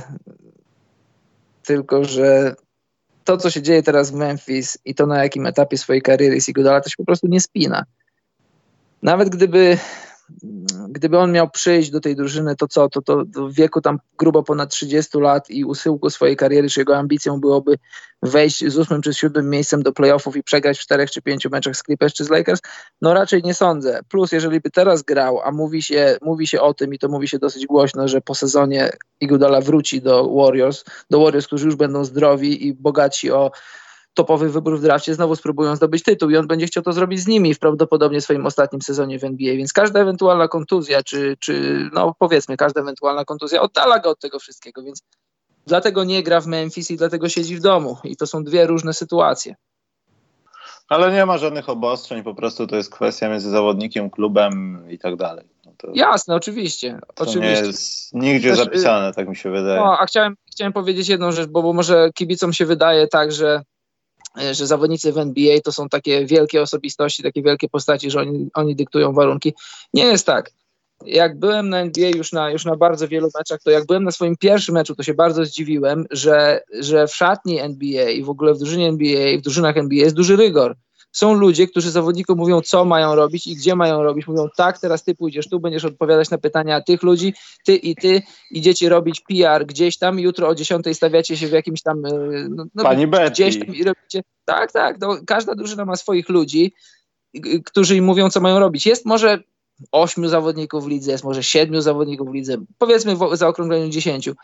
tylko, że to, co się dzieje teraz w Memphis i to, na jakim etapie swojej kariery jest Iguodala, to się po prostu nie spina. Nawet gdyby gdyby on miał przyjść do tej drużyny, to co, to, to w wieku tam grubo ponad trzydziestu lat i u schyłku swojej kariery, czy jego ambicją byłoby wejść z ósmym czy z siódmym miejscem do playoffów i przegrać w czterech czy pięciu meczach z Clippers czy z Lakers? No raczej nie sądzę. Plus, jeżeli by teraz grał, a mówi się, mówi się o tym i to mówi się dosyć głośno, że po sezonie Iguodala wróci do Warriors, do Warriors, którzy już będą zdrowi i bogaci o topowych wyborów w drafcie, znowu spróbują zdobyć tytuł i on będzie chciał to zrobić z nimi w prawdopodobnie swoim ostatnim sezonie w N B A, więc każda ewentualna kontuzja, czy, czy no powiedzmy, każda ewentualna kontuzja oddala go od tego wszystkiego, więc dlatego nie gra w Memphis i dlatego siedzi w domu i to są dwie różne sytuacje. Ale nie ma żadnych obostrzeń, po prostu to jest kwestia między zawodnikiem, klubem i tak dalej. No to, jasne, oczywiście. To oczywiście. nie jest nigdzie Też, zapisane, tak mi się wydaje. No, a chciałem, chciałem powiedzieć jedną rzecz, bo, bo może kibicom się wydaje tak, że że zawodnicy w N B A to są takie wielkie osobistości, takie wielkie postaci, że oni, oni dyktują warunki. Nie jest tak. Jak byłem na N B A już na, już na bardzo wielu meczach, to jak byłem na swoim pierwszym meczu, to się bardzo zdziwiłem, że, że w szatni N B A i w ogóle w drużynie N B A, w drużynach N B A jest duży rygor. są ludzie, którzy zawodnikom mówią, co mają robić i gdzie mają robić. Mówią, tak, teraz ty pójdziesz tu, będziesz odpowiadać na pytania tych ludzi, ty i ty idziecie robić P R gdzieś tam, jutro o dziesiątej stawiacie się w jakimś tam, no, no, Pani Betty. Gdzieś tam i robicie. Tak, tak, no, każda drużyna ma swoich ludzi, którzy im mówią, co mają robić. Jest może ośmiu zawodników w lidze, jest może siedmiu zawodników w lidze, powiedzmy w zaokrągleniu dziesięciu,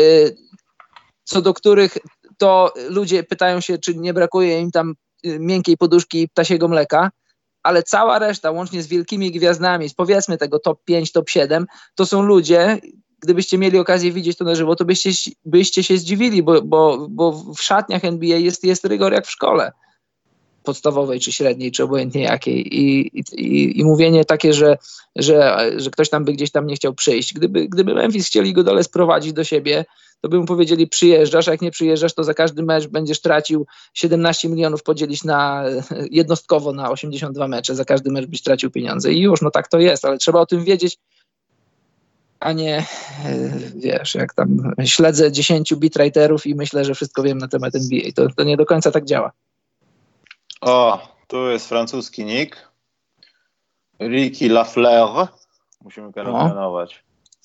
co do których to ludzie pytają się, czy nie brakuje im tam miękkiej poduszki i ptasiego mleka, ale cała reszta, łącznie z wielkimi gwiazdami, z powiedzmy tego top pięć, top siedem, to są ludzie, gdybyście mieli okazję widzieć to na żywo, to byście, byście się zdziwili, bo, bo, bo w szatniach N B A jest, jest rygor jak w szkole podstawowej, czy średniej, czy obojętnie jakiej. I, i, i mówienie takie, że, że, że ktoś tam by gdzieś tam nie chciał przyjść. Gdyby, gdyby Memphis chcieli go dalej sprowadzić do siebie, to by mu powiedzieli, przyjeżdżasz, a jak nie przyjeżdżasz, to za każdy mecz będziesz tracił siedemnaście milionów, podzielić na jednostkowo na osiemdziesiąt dwa mecze, za każdy mecz byś tracił pieniądze. I już, no tak to jest, ale trzeba o tym wiedzieć, a nie, wiesz, jak tam śledzę dziesięciu beatwriterów i myślę, że wszystko wiem na temat N B A. To, to nie do końca tak działa. O, tu jest francuski nick. Ricky Lafleur. Musimy karabinować.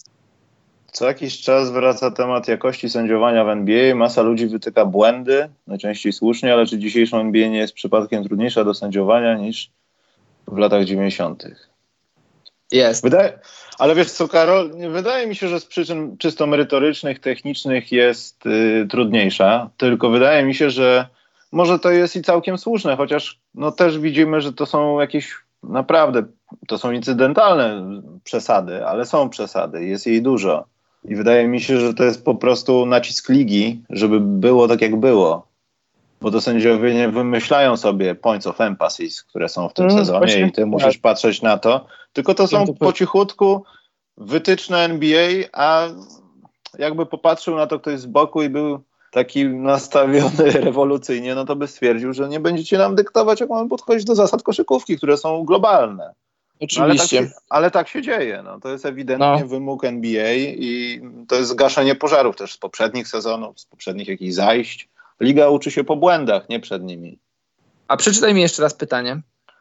Co jakiś czas wraca temat jakości sędziowania w N B A. Masa ludzi wytyka błędy, najczęściej słusznie, ale czy dzisiejszą N B A nie jest przypadkiem trudniejsza do sędziowania niż w latach dziewięćdziesiątych? Jest. Wydaje, ale wiesz co, Karol, wydaje mi się, że z przyczyn czysto merytorycznych, technicznych jest y, trudniejsza, tylko wydaje mi się, że może to jest i całkiem słuszne, chociaż no też widzimy, że to są jakieś naprawdę, to są incydentalne przesady, ale są przesady, jest jej dużo. I wydaje mi się, że to jest po prostu nacisk ligi, żeby było tak jak było. Bo to sędziowie nie wymyślają sobie points of emphasis, które są w tym mm, sezonie właśnie, i ty musisz tak. patrzeć na to, tylko to są po cichutku wytyczne N B A, a jakby popatrzył na to ktoś z boku i był taki nastawiony rewolucyjnie, no to by stwierdził, że nie będziecie nam dyktować, jak mamy podchodzić do zasad koszykówki, które są globalne. Oczywiście. No, ale, tak się, ale tak się dzieje. No. To jest ewidentnie no. wymóg N B A i to jest gaszenie pożarów też z poprzednich sezonów, z poprzednich jakichś zajść. Liga uczy się po błędach, nie przed nimi. A przeczytaj mi jeszcze raz pytanie.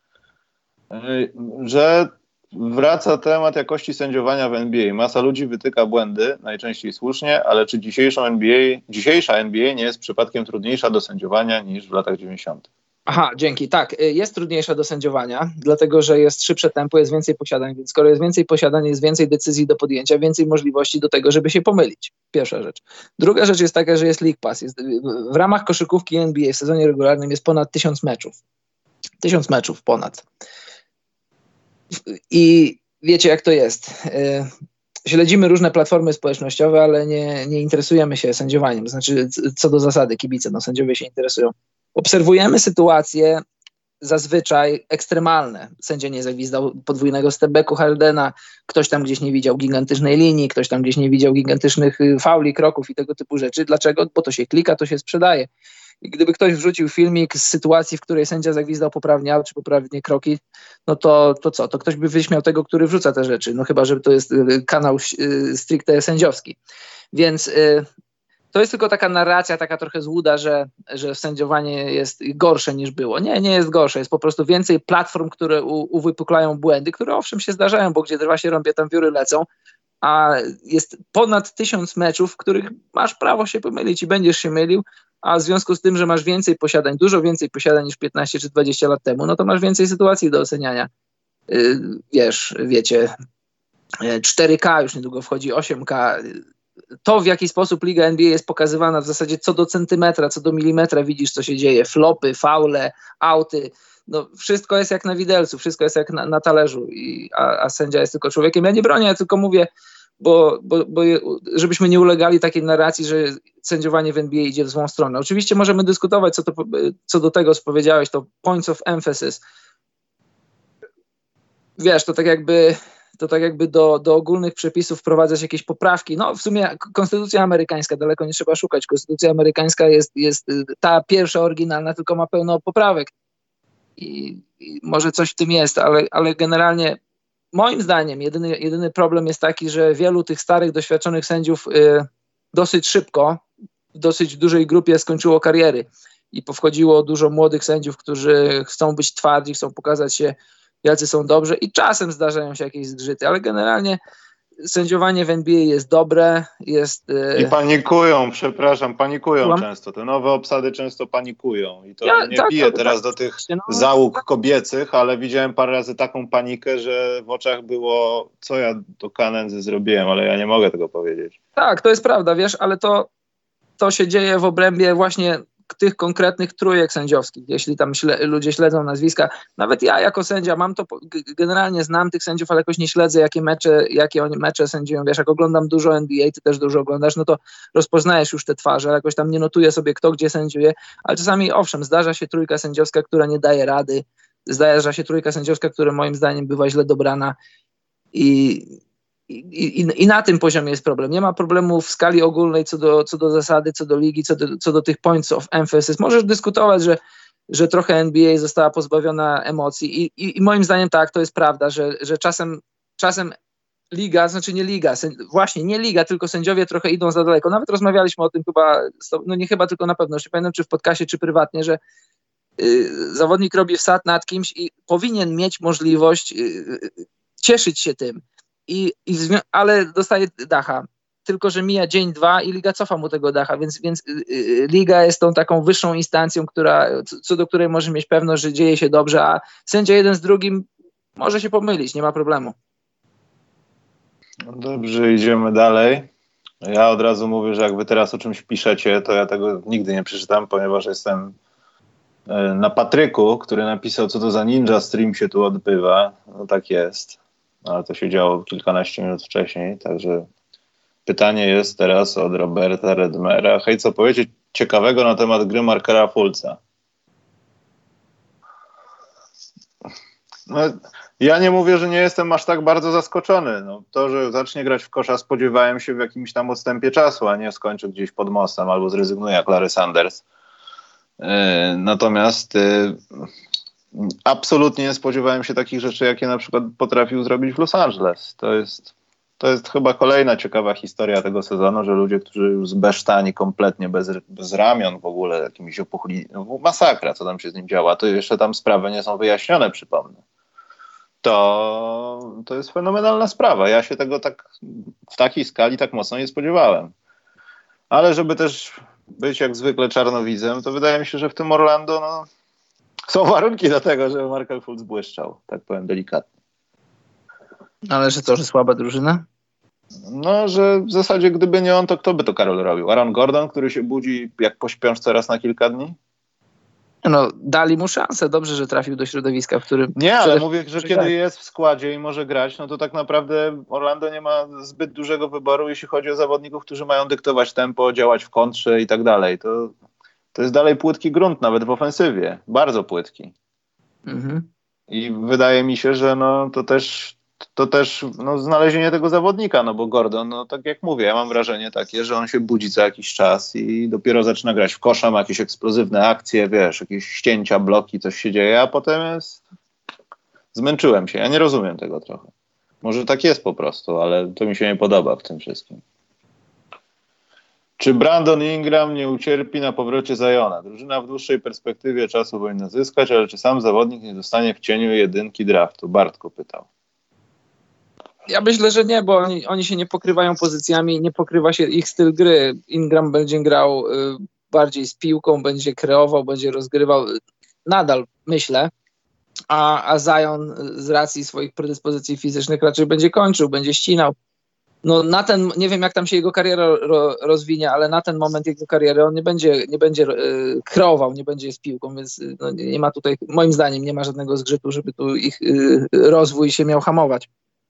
Że wraca temat jakości sędziowania w N B A. Masa ludzi wytyka błędy, najczęściej słusznie, ale czy dzisiejszą N B A, dzisiejsza N B A nie jest przypadkiem trudniejsza do sędziowania niż w latach dziewięćdziesiątych? Aha, dzięki. Tak, jest trudniejsza do sędziowania, dlatego że jest szybsze tempo, jest więcej posiadań, więc skoro jest więcej posiadań, jest więcej decyzji do podjęcia, więcej możliwości do tego, żeby się pomylić. Pierwsza rzecz. Druga rzecz jest taka, że jest League Pass. Jest, w ramach koszykówki N B A w sezonie regularnym jest ponad tysiąc meczów. Tysiąc meczów ponad. I wiecie, jak to jest. Śledzimy różne platformy społecznościowe, ale nie, nie interesujemy się sędziowaniem. Znaczy, co do zasady, kibice, no sędziowie się interesują. Obserwujemy sytuacje zazwyczaj ekstremalne. Sędzia nie zagwizdał podwójnego stepbacku Hardena, ktoś tam gdzieś nie widział gigantycznej linii, ktoś tam gdzieś nie widział gigantycznych fauli, kroków i tego typu rzeczy. Dlaczego? Bo to się klika, to się sprzedaje. I gdyby ktoś wrzucił filmik z sytuacji, w której sędzia zagwizdał poprawnie out, czy poprawnie kroki, no to, to co? To ktoś by wyśmiał tego, który wrzuca te rzeczy. No chyba, że to jest kanał stricte sędziowski. Więc to jest tylko taka narracja, taka trochę złuda, że, że sędziowanie jest gorsze niż było. Nie, nie jest gorsze. Jest po prostu więcej platform, które u, uwypuklają błędy, które owszem się zdarzają, bo gdzie drwa się rąbie, tam wióry lecą, a jest ponad tysiąc meczów, w których masz prawo się pomylić i będziesz się mylił, a w związku z tym, że masz więcej posiadań, dużo więcej posiadań niż piętnaście czy dwadzieścia lat temu, no to masz więcej sytuacji do oceniania. Yy, wiesz, wiecie, cztery K już niedługo wchodzi, osiem K. To, w jaki sposób Liga N B A jest pokazywana w zasadzie co do centymetra, co do milimetra widzisz, co się dzieje. Flopy, faule, auty. No, wszystko jest jak na widelcu, wszystko jest jak na, na talerzu, i, a, a sędzia jest tylko człowiekiem. Ja nie bronię, ja tylko mówię, bo, bo, bo żebyśmy nie ulegali takiej narracji, że sędziowanie w N B A idzie w złą stronę. Oczywiście możemy dyskutować, co, to, co do tego, co powiedziałeś, to points of emphasis. Wiesz, to tak jakby... to tak jakby do, do ogólnych przepisów wprowadzać jakieś poprawki. No w sumie konstytucja amerykańska, daleko nie trzeba szukać. Konstytucja amerykańska jest, jest ta pierwsza oryginalna, tylko ma pełno poprawek. I, i może coś w tym jest, ale, ale generalnie moim zdaniem jedyny, jedyny problem jest taki, że wielu tych starych, doświadczonych sędziów y, dosyć szybko, w dosyć dużej grupie skończyło kariery. i powchodziło dużo młodych sędziów, którzy chcą być twardzi, chcą pokazać się, jacy są dobrze i czasem zdarzają się jakieś zgrzyty, ale generalnie sędziowanie w N B A jest dobre, jest... I panikują, przepraszam, panikują Słucham? często. Te nowe obsady często panikują. I to Ja, nie tak, piję tak, teraz tak, do tych no, załóg kobiecych, ale widziałem parę razy taką panikę, że w oczach było, co ja do kanędzy zrobiłem, ale ja nie mogę tego powiedzieć. Tak, to jest prawda, wiesz, ale to, to się dzieje w obrębie właśnie tych konkretnych trójek sędziowskich, jeśli tam śle, ludzie śledzą nazwiska. Nawet ja jako sędzia mam to, generalnie znam tych sędziów, ale jakoś nie śledzę, jakie mecze, jakie oni mecze sędziują. Wiesz, jak oglądam dużo N B A, ty też dużo oglądasz, no to rozpoznajesz już te twarze, ale jakoś tam nie notuję sobie, kto gdzie sędziuje, ale czasami owszem, zdarza się trójka sędziowska, która nie daje rady, zdarza się trójka sędziowska, która moim zdaniem bywa źle dobrana i I, i, I na tym poziomie jest problem. Nie ma problemu w skali ogólnej co do, co do zasady, co do ligi, co do, co do tych points of emphasis. Możesz dyskutować, że, że trochę N B A została pozbawiona emocji i, i, i moim zdaniem tak, to jest prawda, że, że czasem, czasem liga, znaczy nie liga, sędzi- właśnie nie liga, tylko sędziowie trochę idą za daleko. Nawet rozmawialiśmy o tym chyba, no nie chyba, tylko na pewno, już nie pamiętam czy w podcaście, czy prywatnie, że y, zawodnik robi wsad nad kimś i powinien mieć możliwość y, y, cieszyć się tym. I, i zwi- ale dostaje dacha. Tylko że mija dzień, dwa i liga cofa mu tego dacha, więc, więc yy, liga jest tą taką wyższą instancją, która, co, co do której może mieć pewność, że dzieje się dobrze, a sędzia jeden z drugim może się pomylić, nie ma problemu. No dobrze, idziemy dalej. Ja od razu mówię, że jak wy teraz o czymś piszecie, to ja tego nigdy nie przeczytam, ponieważ jestem na Patryku, który napisał, co to za ninja stream się tu odbywa. No tak jest. Ale to się działo kilkanaście minut wcześniej, także pytanie jest teraz od Roberta Redmera. Hej, co powiedzieć ciekawego na temat gry Markela Fultza? No, ja nie mówię, że nie jestem aż tak bardzo zaskoczony. No, to, że zacznie grać w kosza, spodziewałem się w jakimś tam odstępie czasu, a nie skończy gdzieś pod mostem albo zrezygnuje jak Larry Sanders. Yy, natomiast yy, absolutnie nie spodziewałem się takich rzeczy, jakie na przykład potrafił zrobić w Los Angeles. To jest, to jest chyba kolejna ciekawa historia tego sezonu, że ludzie, którzy już zbesztani kompletnie, bez, bez ramion w ogóle, jakimiś opuchli, no, masakra, co tam się z nim działa, to jeszcze tam sprawy nie są wyjaśnione, przypomnę. To, to jest fenomenalna sprawa. Ja się tego tak w takiej skali tak mocno nie spodziewałem. Ale żeby też być jak zwykle czarnowidzem, to wydaje mi się, że w tym Orlando no, są warunki do tego, żeby Markel Fultz błyszczał, tak powiem delikatnie. Ale że to, że słaba drużyna? No, że w zasadzie gdyby nie on, to kto by to, Karol, robił? Aaron Gordon, który się budzi jak po śpiączce raz na kilka dni? No, dali mu szansę. Dobrze, że trafił do środowiska, w którym... Nie, ale mówię, że kiedy grać. jest w składzie i może grać, no to tak naprawdę Orlando nie ma zbyt dużego wyboru, jeśli chodzi o zawodników, którzy mają dyktować tempo, działać w kontrze i tak dalej. To, to jest dalej płytki grunt, nawet w ofensywie. Bardzo płytki. Mhm. I wydaje mi się, że no to też, to też no, znalezienie tego zawodnika, no bo Gordon, no tak jak mówię, ja mam wrażenie takie, że on się budzi co jakiś czas i dopiero zaczyna grać w kosza, ma jakieś eksplozywne akcje, wiesz, jakieś ścięcia, bloki, coś się dzieje, a potem jest... Zmęczyłem się, ja nie rozumiem tego trochę. Może tak jest po prostu, ale to mi się nie podoba w tym wszystkim. Czy Brandon Ingram nie ucierpi na powrocie Ziona? Drużyna w dłuższej perspektywie czasu powinna zyskać, ale czy sam zawodnik nie zostanie w cieniu jedynki draftu? Bartko pytał. Ja myślę, że nie, bo oni, oni się nie pokrywają pozycjami, nie pokrywa się ich styl gry. Ingram będzie grał y, bardziej z piłką, będzie kreował, będzie rozgrywał. Nadal myślę. A, a Zion z racji swoich predyspozycji fizycznych raczej będzie kończył, będzie ścinał. No na ten, nie wiem jak tam się jego kariera ro, rozwinie, ale na ten moment jego kariery on nie będzie, nie będzie y, kreował, nie będzie z piłką, więc y, no, nie ma tutaj, moim zdaniem nie ma żadnego zgrzytu, żeby tu ich y, rozwój się miał hamować.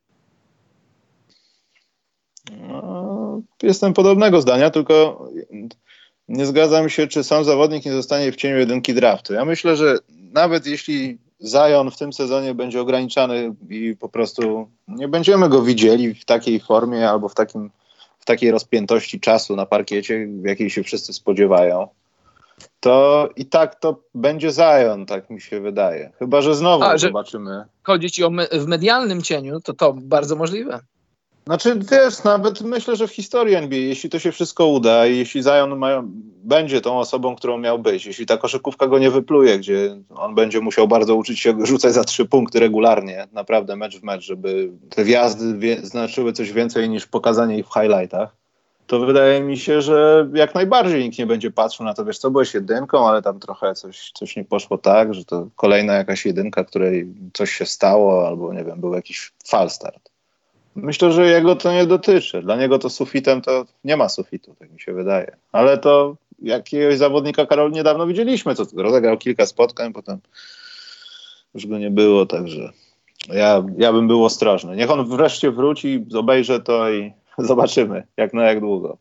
No, jestem podobnego zdania, tylko nie zgadzam się, czy sam zawodnik nie zostanie w cieniu jedynki draftu. Ja myślę, że nawet jeśli Zion w tym sezonie będzie ograniczany i po prostu nie będziemy go widzieli w takiej formie albo w, takim, w takiej rozpiętości czasu na parkiecie, w jakiej się wszyscy spodziewają, to i tak to będzie Zion, tak mi się wydaje. Chyba że znowu A, zobaczymy. Chodzi ci o me- w medialnym cieniu, to to bardzo możliwe. Znaczy, wiesz, nawet myślę, że w historii N B A, jeśli to się wszystko uda i jeśli Zion ma, będzie tą osobą, którą miał być, jeśli ta koszykówka go nie wypluje, gdzie on będzie musiał bardzo uczyć się rzucać za trzy punkty regularnie, naprawdę mecz w mecz, żeby te wjazdy wie, znaczyły coś więcej niż pokazanie ich w highlightach, to wydaje mi się, że jak najbardziej nikt nie będzie patrzył na to, wiesz co, byłeś jedynką, ale tam trochę coś, coś nie poszło tak, że to kolejna jakaś jedynka, której coś się stało, albo nie wiem, był jakiś fal start. Myślę, że jego to nie dotyczy. Dla niego to sufitem to nie ma sufitu, tak mi się wydaje. Ale to jakiegoś zawodnika, Karol, niedawno widzieliśmy, co rozegrał kilka spotkań, potem już go nie było, także ja, ja bym był ostrożny. Niech on wreszcie wróci, obejrzę to i zobaczymy, jak na jak długo.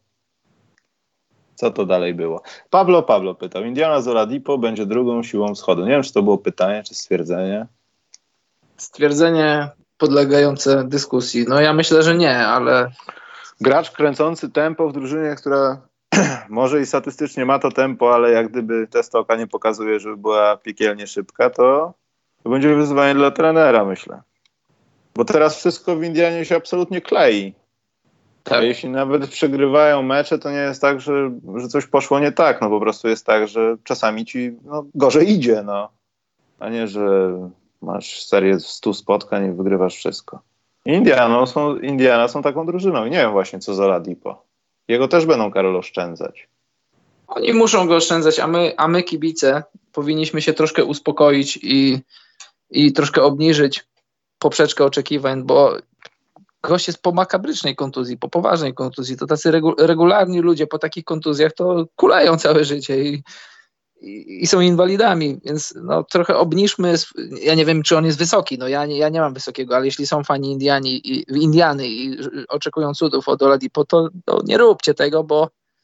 Co to dalej było? Pablo Pablo pytał, Indiana z Oladipo będzie drugą siłą wschodu. Nie wiem, czy to było pytanie, czy stwierdzenie. Stwierdzenie podlegające dyskusji. No ja myślę, że nie, ale... Gracz kręcący tempo w drużynie, która może i statystycznie ma to tempo, ale jak gdyby test oka nie pokazuje, żeby była piekielnie szybka, to, to będzie wyzwanie dla trenera, myślę. Bo teraz wszystko w Indianie się absolutnie klei. Tak. A jeśli nawet przegrywają mecze, to nie jest tak, że, że coś poszło nie tak. No po prostu jest tak, że czasami ci no, gorzej idzie, no. A nie, że masz serię stu spotkań i wygrywasz wszystko. Indiana są, Indiana są taką drużyną i nie wiem właśnie, co za Oladipo. Jego też będą, Karol, oszczędzać. Oni muszą go oszczędzać, a my, a my kibice powinniśmy się troszkę uspokoić i, i troszkę obniżyć poprzeczkę oczekiwań, bo gość jest po makabrycznej kontuzji, po poważnej kontuzji. To tacy regu, regularni ludzie po takich kontuzjach to kuleją całe życie i, i, i są inwalidami, więc no, trochę obniżmy. Ja nie wiem, czy on jest wysoki, no ja nie, ja nie mam wysokiego, ale jeśli są fani Indiani, i, Indiany i oczekują cudów od Oladipo, to, to nie róbcie tego, bo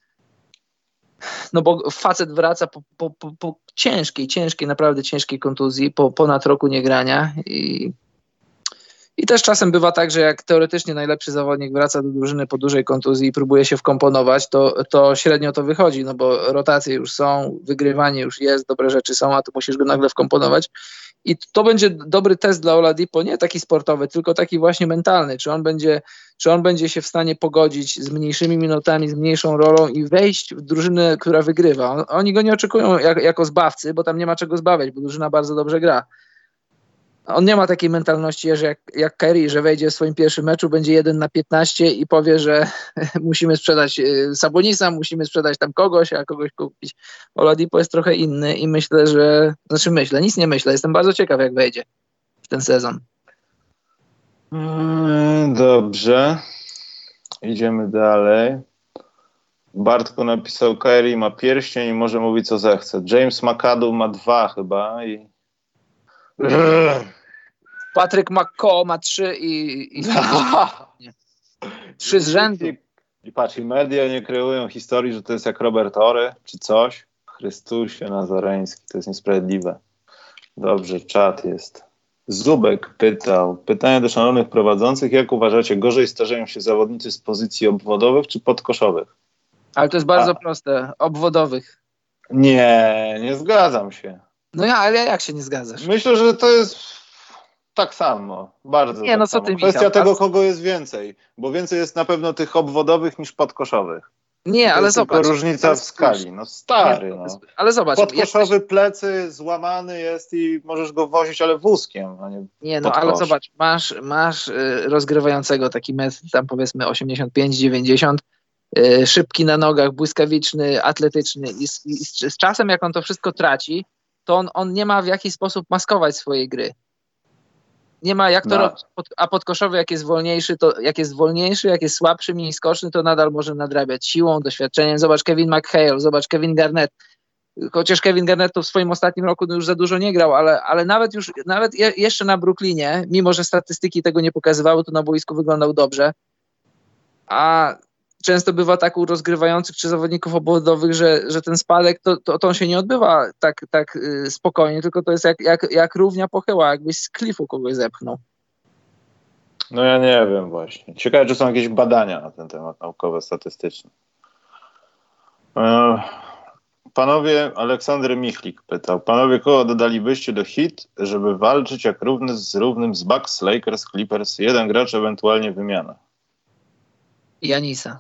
no bo facet wraca po, po, po, po ciężkiej, ciężkiej, naprawdę ciężkiej kontuzji, po ponad roku niegrania i I też czasem bywa tak, że jak teoretycznie najlepszy zawodnik wraca do drużyny po dużej kontuzji i próbuje się wkomponować, to, to średnio to wychodzi, no bo rotacje już są, wygrywanie już jest, dobre rzeczy są, a tu musisz go nagle wkomponować. I to będzie dobry test dla Oladipo, nie taki sportowy, tylko taki właśnie mentalny. Czy on będzie, czy on będzie się w stanie pogodzić z mniejszymi minutami, z mniejszą rolą i wejść w drużynę, która wygrywa. On, oni go nie oczekują jak, jako zbawcy, bo tam nie ma czego zbawiać, bo drużyna bardzo dobrze gra. On nie ma takiej mentalności, że jak, jak Kyrie, że wejdzie w swoim pierwszym meczu, będzie jeden na piętnaście i powie, że musimy sprzedać Sabonisa, musimy sprzedać tam kogoś, a kogoś kupić. Oladipo jest trochę inny i myślę, że... Znaczy myślę, nic nie myślę. Jestem bardzo ciekaw, jak wejdzie w ten sezon. Dobrze. Idziemy dalej. Bartko napisał, Kyrie ma pierścień i może mówić, co zechce. James McAdoo ma dwa chyba i... Patryk McCaw ma trzy i, i trzy z rzędu. I, I patrz, i media nie kreują historii, że to jest jak Robert Ory, czy coś. Chrystusie Nazareński, to jest niesprawiedliwe. Dobrze, czat jest. Zubek pytał, pytanie do szanownych prowadzących, jak uważacie, gorzej starzeją się zawodnicy z pozycji obwodowych czy podkoszowych? Ale to jest bardzo A. proste, obwodowych. Nie, nie zgadzam się. No ja, ale jak się nie zgadzasz? Myślę, że to jest tak samo, bardzo nie, tak no co samo. ty, Kwestia Michał, tego, a... kogo jest więcej, bo więcej jest na pewno tych obwodowych niż podkoszowych. Nie, to ale jest zobacz. Tylko różnica w skali, no stary. Nie, no. Ale zobacz. Podkoszowy jesteś... plecy złamany jest i możesz go wozić, ale wózkiem, a nie Nie, no ale zobacz, masz, masz rozgrywającego taki metr, tam powiedzmy osiemdziesiąt pięć dziewięćdziesiąt, yy, szybki na nogach, błyskawiczny, atletyczny i z, i z, z czasem jak on to wszystko traci, to on, on nie ma w jakiś sposób maskować swojej gry. Nie ma jak to no. robić. Pod, a podkoszowy jak jest wolniejszy, to jak jest wolniejszy, jak jest słabszy, mniej skoczny, to nadal może nadrabiać siłą, doświadczeniem. Zobacz Kevin McHale, zobacz Kevin Garnett. Chociaż Kevin Garnett to w swoim ostatnim roku no już za dużo nie grał, ale, ale nawet już nawet je, jeszcze na Brooklynie, mimo że statystyki tego nie pokazywały, to na boisku wyglądał dobrze. A często bywa tak u rozgrywających czy zawodników obwodowych, że, że ten spadek to, to, to on się nie odbywa tak, tak yy, spokojnie, tylko to jest jak, jak, jak równia pochyła, jakbyś z klifu kogoś zepchnął. No ja nie wiem właśnie. Ciekawe, czy są jakieś badania na ten temat naukowe, statystyczne. Eee, panowie, Aleksander Michlik pytał, panowie, kogo dodalibyście do hit, żeby walczyć jak równy z równym z Bucks, Lakers, Clippers, jeden gracz, ewentualnie wymiana? Janisa.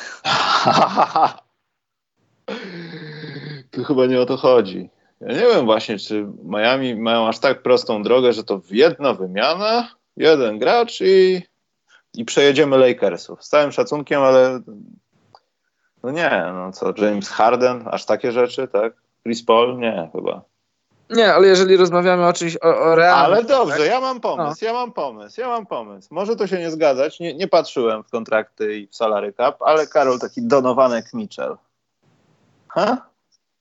Tu chyba nie o to chodzi. Ja nie wiem właśnie, czy Miami mają aż tak prostą drogę, że to jedna wymiana, jeden gracz i, i przejedziemy Lakersów. Z całym szacunkiem, ale no nie, no co, James Harden, aż takie rzeczy, tak? Chris Paul? Nie, chyba. Nie, ale jeżeli rozmawiamy o czymś, o, o realnym... Ale dobrze, tak? ja mam pomysł, no. ja mam pomysł, ja mam pomysł. Może to się nie zgadzać, nie, nie patrzyłem w kontrakty i w salary cap, ale Karol, taki Donowanek Mitchell. Ha?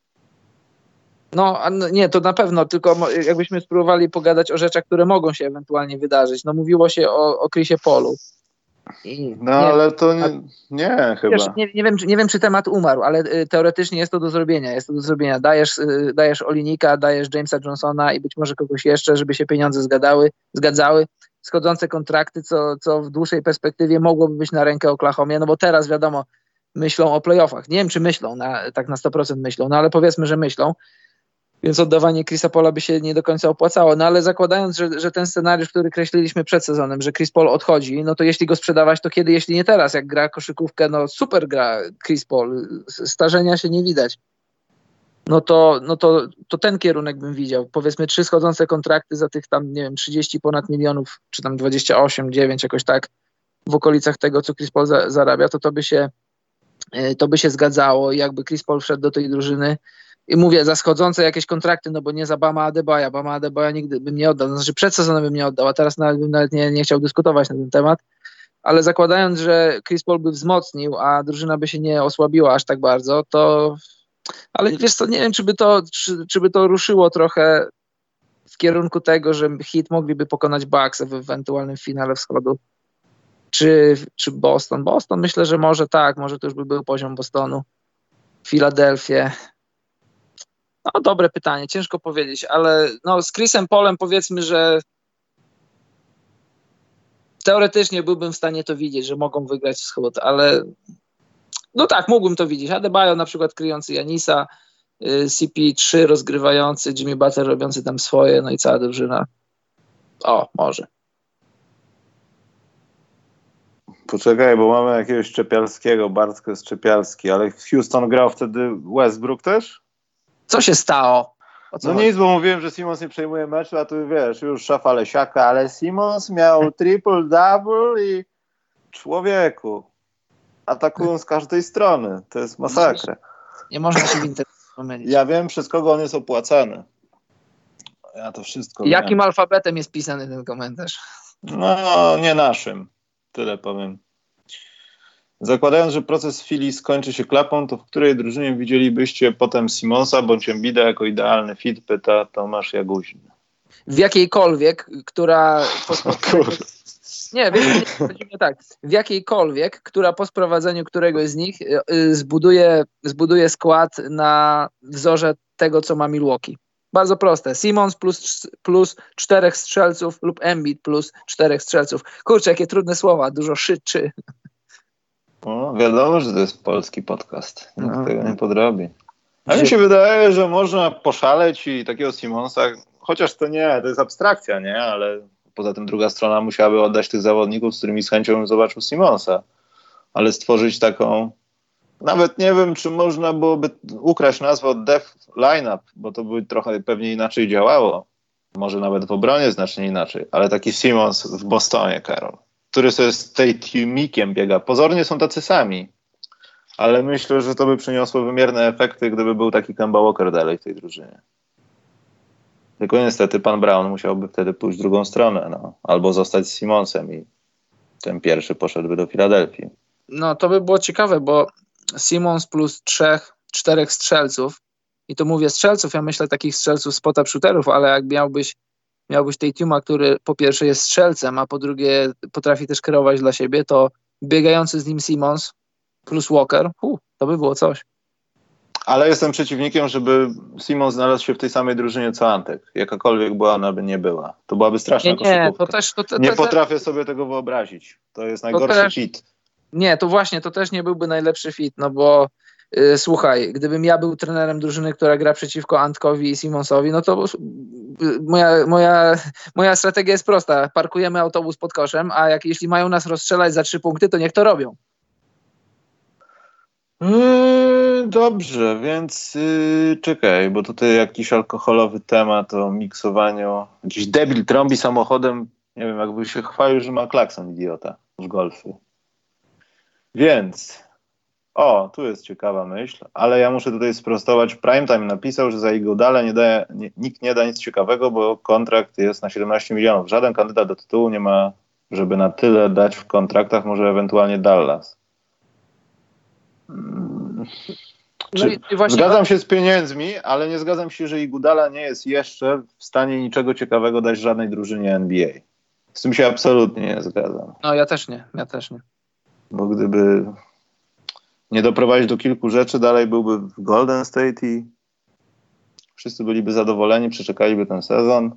No, nie, to na pewno, tylko jakbyśmy spróbowali pogadać o rzeczach, które mogą się ewentualnie wydarzyć. No mówiło się o, o Chrisie Paulu. I, no nie, ale to nie, nie chyba. Wiesz, nie, nie, wiem, czy, nie wiem, czy temat umarł, ale y, teoretycznie jest to do zrobienia. Jest to do zrobienia. Dajesz, y, dajesz Olinika, dajesz Jamesa Johnsona i być może kogoś jeszcze, żeby się pieniądze zgadały, zgadzały. Schodzące kontrakty, co, co w dłuższej perspektywie mogłoby być na rękę Oklahomie, no bo teraz wiadomo, myślą o playoffach. Nie wiem, czy myślą, na, tak na sto procent myślą, no ale powiedzmy, że myślą. Więc oddawanie Chrisa Paula by się nie do końca opłacało. No ale zakładając, że, że ten scenariusz, który kreśliliśmy przed sezonem, że Chris Paul odchodzi, no to jeśli go sprzedawać, to kiedy, jeśli nie teraz? Jak gra koszykówkę, no super gra Chris Paul, starzenia się nie widać. No to, no to, to ten kierunek bym widział. Powiedzmy trzy schodzące kontrakty za tych tam, nie wiem, trzydzieści ponad milionów, czy tam dwadzieścia osiem, dziewięć, jakoś tak w okolicach tego, co Chris Paul za, zarabia, to to by się, to by się zgadzało. Jakby Chris Paul wszedł do tej drużyny, i mówię, za schodzące jakieś kontrakty, no bo nie za Bama Adebayo. Bama Adebayo nigdy bym nie oddał. Znaczy przed sezonem bym nie oddał, a teraz nawet bym nawet nie, nie chciał dyskutować na ten temat. Ale zakładając, że Chris Paul by wzmocnił, a drużyna by się nie osłabiła aż tak bardzo, to... Ale wiesz co, nie wiem, czy by to, czy, czy by to ruszyło trochę w kierunku tego, że Heat mogliby pokonać Bucks w ewentualnym finale wschodu. Czy, czy Boston? Boston myślę, że może tak, może to już by był poziom Bostonu. Filadelfię. No dobre pytanie, ciężko powiedzieć, ale no, z Chrisem Paulem powiedzmy, że teoretycznie byłbym w stanie to widzieć, że mogą wygrać wschód, ale no tak, mógłbym to widzieć. Adebayo na przykład kryjący Janisa, C P trzy rozgrywający, Jimmy Butler robiący tam swoje, no i cała drużyna. O, może. Poczekaj, bo mamy jakiegoś Szczepialskiego, Bartko jest Szczepialski, ale Houston grał wtedy Westbrook też? Co się stało? No nic, bo mówiłem, że Simons nie przejmuje meczu, a tu wiesz, już szafa Lesiaka, ale Simons miał triple-double i człowieku, atakują z każdej strony. To jest masakra. Nie można się w internecie pomylić. Ja wiem, przez kogo on jest opłacany. Ja to wszystko Jakim wiem. alfabetem jest pisany ten komentarz? No, nie naszym. Tyle powiem. Zakładając, że proces Philly skończy się klapą, to w której drużynie widzielibyście potem Simonsa bądź Embida jako idealny fit, pyta Tomasz Jaguźny. W jakiejkolwiek, która... Nie, wiesz, nie, nie tak. W jakiejkolwiek, która po sprowadzeniu któregoś z nich y, zbuduje, zbuduje skład na wzorze tego, co ma Milwaukee. Bardzo proste. Simons plus, plus czterech strzelców lub Embiid plus czterech strzelców. Kurczę, jakie trudne słowa, dużo szyczy. No, wiadomo, że to jest polski podcast. Nikt no. tego nie podrobi. A mi się wydaje, że można poszaleć i takiego Simonsa, chociaż to nie, to jest abstrakcja, nie? Ale poza tym druga strona musiałaby oddać tych zawodników, z którymi z chęcią bym zobaczył Simonsa. Ale stworzyć taką, nawet nie wiem, czy można byłoby ukraść nazwę od Def Lineup, bo to by trochę pewnie inaczej działało. Może nawet w obronie znacznie inaczej. Ale taki Simons w Bostonie, Karol, który sobie z tej tłumikiem biega. Pozornie są tacy sami, ale myślę, że to by przyniosło wymierne efekty, gdyby był taki Kemba Walker dalej w tej drużynie. Tylko niestety pan Brown musiałby wtedy pójść w drugą stronę, no. Albo zostać z Simonsem i ten pierwszy poszedłby do Filadelfii. No to by było ciekawe, bo Simons plus trzech, czterech strzelców, i to mówię strzelców, ja myślę takich strzelców spota shooterów, ale jak miałbyś miałbyś tej Tuma, który po pierwsze jest strzelcem, a po drugie potrafi też kierować dla siebie, to biegający z nim Simons plus Walker, hu, to by było coś. Ale jestem przeciwnikiem, żeby Simons znalazł się w tej samej drużynie co Antek. Jakakolwiek była, ona by nie była. To byłaby straszna nie, nie, koszykówka. to też, to, to, nie to, potrafię sobie tego wyobrazić. To jest najgorszy to też, fit. Nie, to właśnie, to też nie byłby najlepszy fit, no bo yy, słuchaj, gdybym ja był trenerem drużyny, która gra przeciwko Antkowi i Simonsowi, no to yy, moja, moja, moja strategia jest prosta. Parkujemy autobus pod koszem, a jak jeśli mają nas rozstrzelać za trzy punkty, to niech to robią. Yy, dobrze, więc yy, czekaj, bo tutaj jakiś alkoholowy temat o miksowaniu. Jakiś debil trąbi samochodem. Nie wiem, jakby się chwalił, że ma klakson, idiota, w golfy. Więc, o, tu jest ciekawa myśl, ale ja muszę tutaj sprostować. Primetime napisał, że za Iguodala nie daje, nie, nikt nie da nic ciekawego, bo kontrakt jest na siedemnaście milionów. Żaden kandydat do tytułu nie ma, żeby na tyle dać w kontraktach, może ewentualnie Dallas. Hmm. No i właśnie Zgadzam się z pieniędzmi, ale nie zgadzam się, że Iguodala nie jest jeszcze w stanie niczego ciekawego dać żadnej drużynie N B A. Z tym się absolutnie nie zgadzam. No ja też nie, ja też nie. Bo gdyby nie doprowadzić do kilku rzeczy, dalej byłby w Golden State i wszyscy byliby zadowoleni, przeczekaliby ten sezon.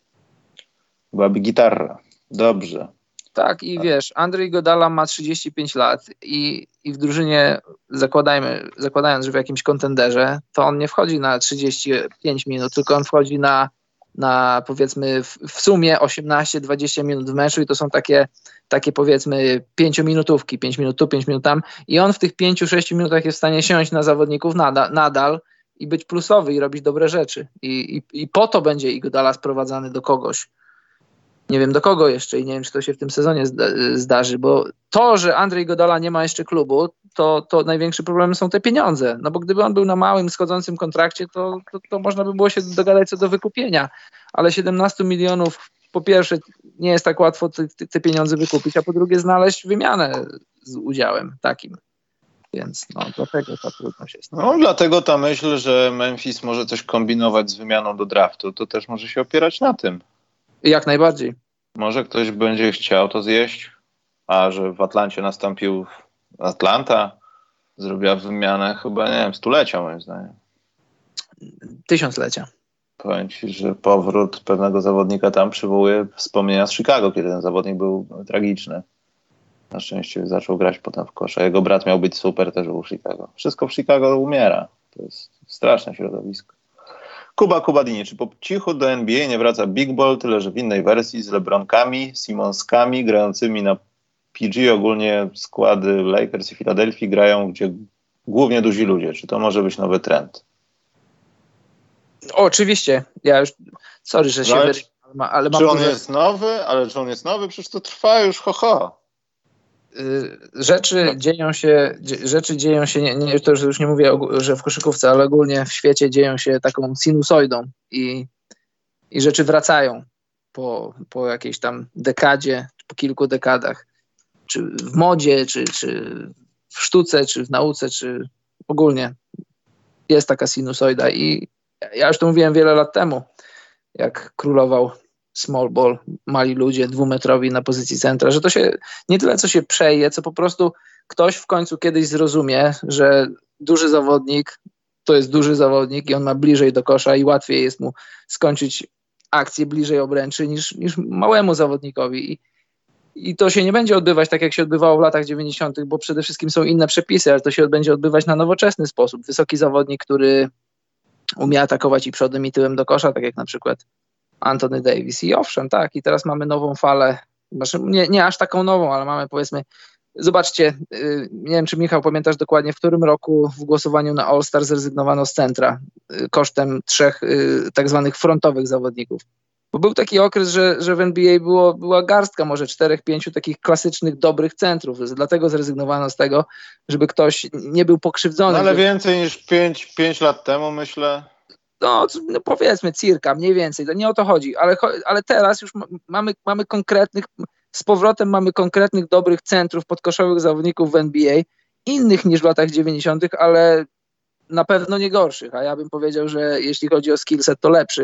Byłaby gitarra. Dobrze. Tak, i wiesz, Andrzej Iguodala ma trzydzieści pięć lat i, i w drużynie, zakładajmy, zakładając, że w jakimś kontenderze, to on nie wchodzi na trzydzieści pięć minut, tylko on wchodzi na, na powiedzmy w, w sumie osiemnaście dwadzieścia minut w meczu i to są takie, takie powiedzmy pięciominutówki, pięć minut tu, pięć minut tam i on w tych pięciu sześciu minutach jest w stanie siąść na zawodników nadal, nadal i być plusowy i robić dobre rzeczy. I, i, i po to będzie Iguodala sprowadzany do kogoś. Nie wiem do kogo jeszcze i nie wiem, czy to się w tym sezonie zda- zdarzy, bo to, że Andrzej Iguodala nie ma jeszcze klubu, to, to największy problem są te pieniądze. No bo gdyby on był na małym, schodzącym kontrakcie, to, to, to można by było się dogadać co do wykupienia. Ale siedemnaście milionów, po pierwsze, nie jest tak łatwo te, te pieniądze wykupić, a po drugie znaleźć wymianę z udziałem takim. Więc no, dlatego ta trudność jest. No, dlatego ta myśl, że Memphis może coś kombinować z wymianą do draftu, to też może się opierać na tym. Jak najbardziej. Może ktoś będzie chciał to zjeść, a że w Atlancie nastąpił Atlanta, zrobiła wymianę chyba, nie wiem, stulecia moim zdaniem. Tysiąclecia. Powiem ci, że powrót pewnego zawodnika tam przywołuje wspomnienia z Chicago, kiedy ten zawodnik był tragiczny. Na szczęście zaczął grać potem w kosza. Jego brat miał być super, też był w Chicago. Wszystko w Chicago umiera. To jest straszne środowisko. Kuba Kubadini, czy po cichu do N B A nie wraca Big Ball, tyle że w innej wersji z LeBronkami, Simonskami, grającymi na P G, ogólnie składy Lakers i Filadelfii grają, gdzie głównie duzi ludzie. Czy to może być nowy trend? O, oczywiście. Ja już, sorry, że się... Ale, wy... ale czy on dużo... jest nowy? Ale czy on jest nowy? Przecież to trwa już ho ho. Rzeczy no. dzieją się, rzeczy dzieją się, nie, nie, to już nie mówię, że w koszykówce, ale ogólnie w świecie dzieją się taką sinusoidą i, i rzeczy wracają po, po jakiejś tam dekadzie, po kilku dekadach, czy w modzie, czy, czy w sztuce, czy w nauce, czy ogólnie jest taka sinusoida i ja już to mówiłem wiele lat temu, jak królował small ball, mali ludzie, dwumetrowi na pozycji centra, że to się nie tyle co się przeje, co po prostu ktoś w końcu kiedyś zrozumie, że duży zawodnik to jest duży zawodnik i on ma bliżej do kosza i łatwiej jest mu skończyć akcję bliżej obręczy niż, niż małemu zawodnikowi. I, I to się nie będzie odbywać tak, jak się odbywało w latach dziewięćdziesiątych, bo przede wszystkim są inne przepisy, ale to się będzie odbywać na nowoczesny sposób. Wysoki zawodnik, który umie atakować i przodem i tyłem do kosza, tak jak na przykład Anthony Davis. I owszem, tak, i teraz mamy nową falę, znaczy nie, nie aż taką nową, ale mamy powiedzmy, zobaczcie, yy, nie wiem, czy Michał pamiętasz dokładnie, w którym roku w głosowaniu na All-Star zrezygnowano z centra yy, kosztem trzech yy, tak zwanych frontowych zawodników. Bo był taki okres, że, że w N B A było, była garstka może czterech, pięciu takich klasycznych, dobrych centrów. Dlatego zrezygnowano z tego, żeby ktoś nie był pokrzywdzony. No, ale że... więcej niż pięć, pięć lat temu, myślę. No, no powiedzmy circa, mniej więcej, to nie o to chodzi, ale, ale teraz już mamy, mamy konkretnych, z powrotem mamy konkretnych, dobrych centrów podkoszowych zawodników w N B A, innych niż w latach dziewięćdziesiątych, ale na pewno nie gorszych, a ja bym powiedział, że jeśli chodzi o skillset, to lepszych.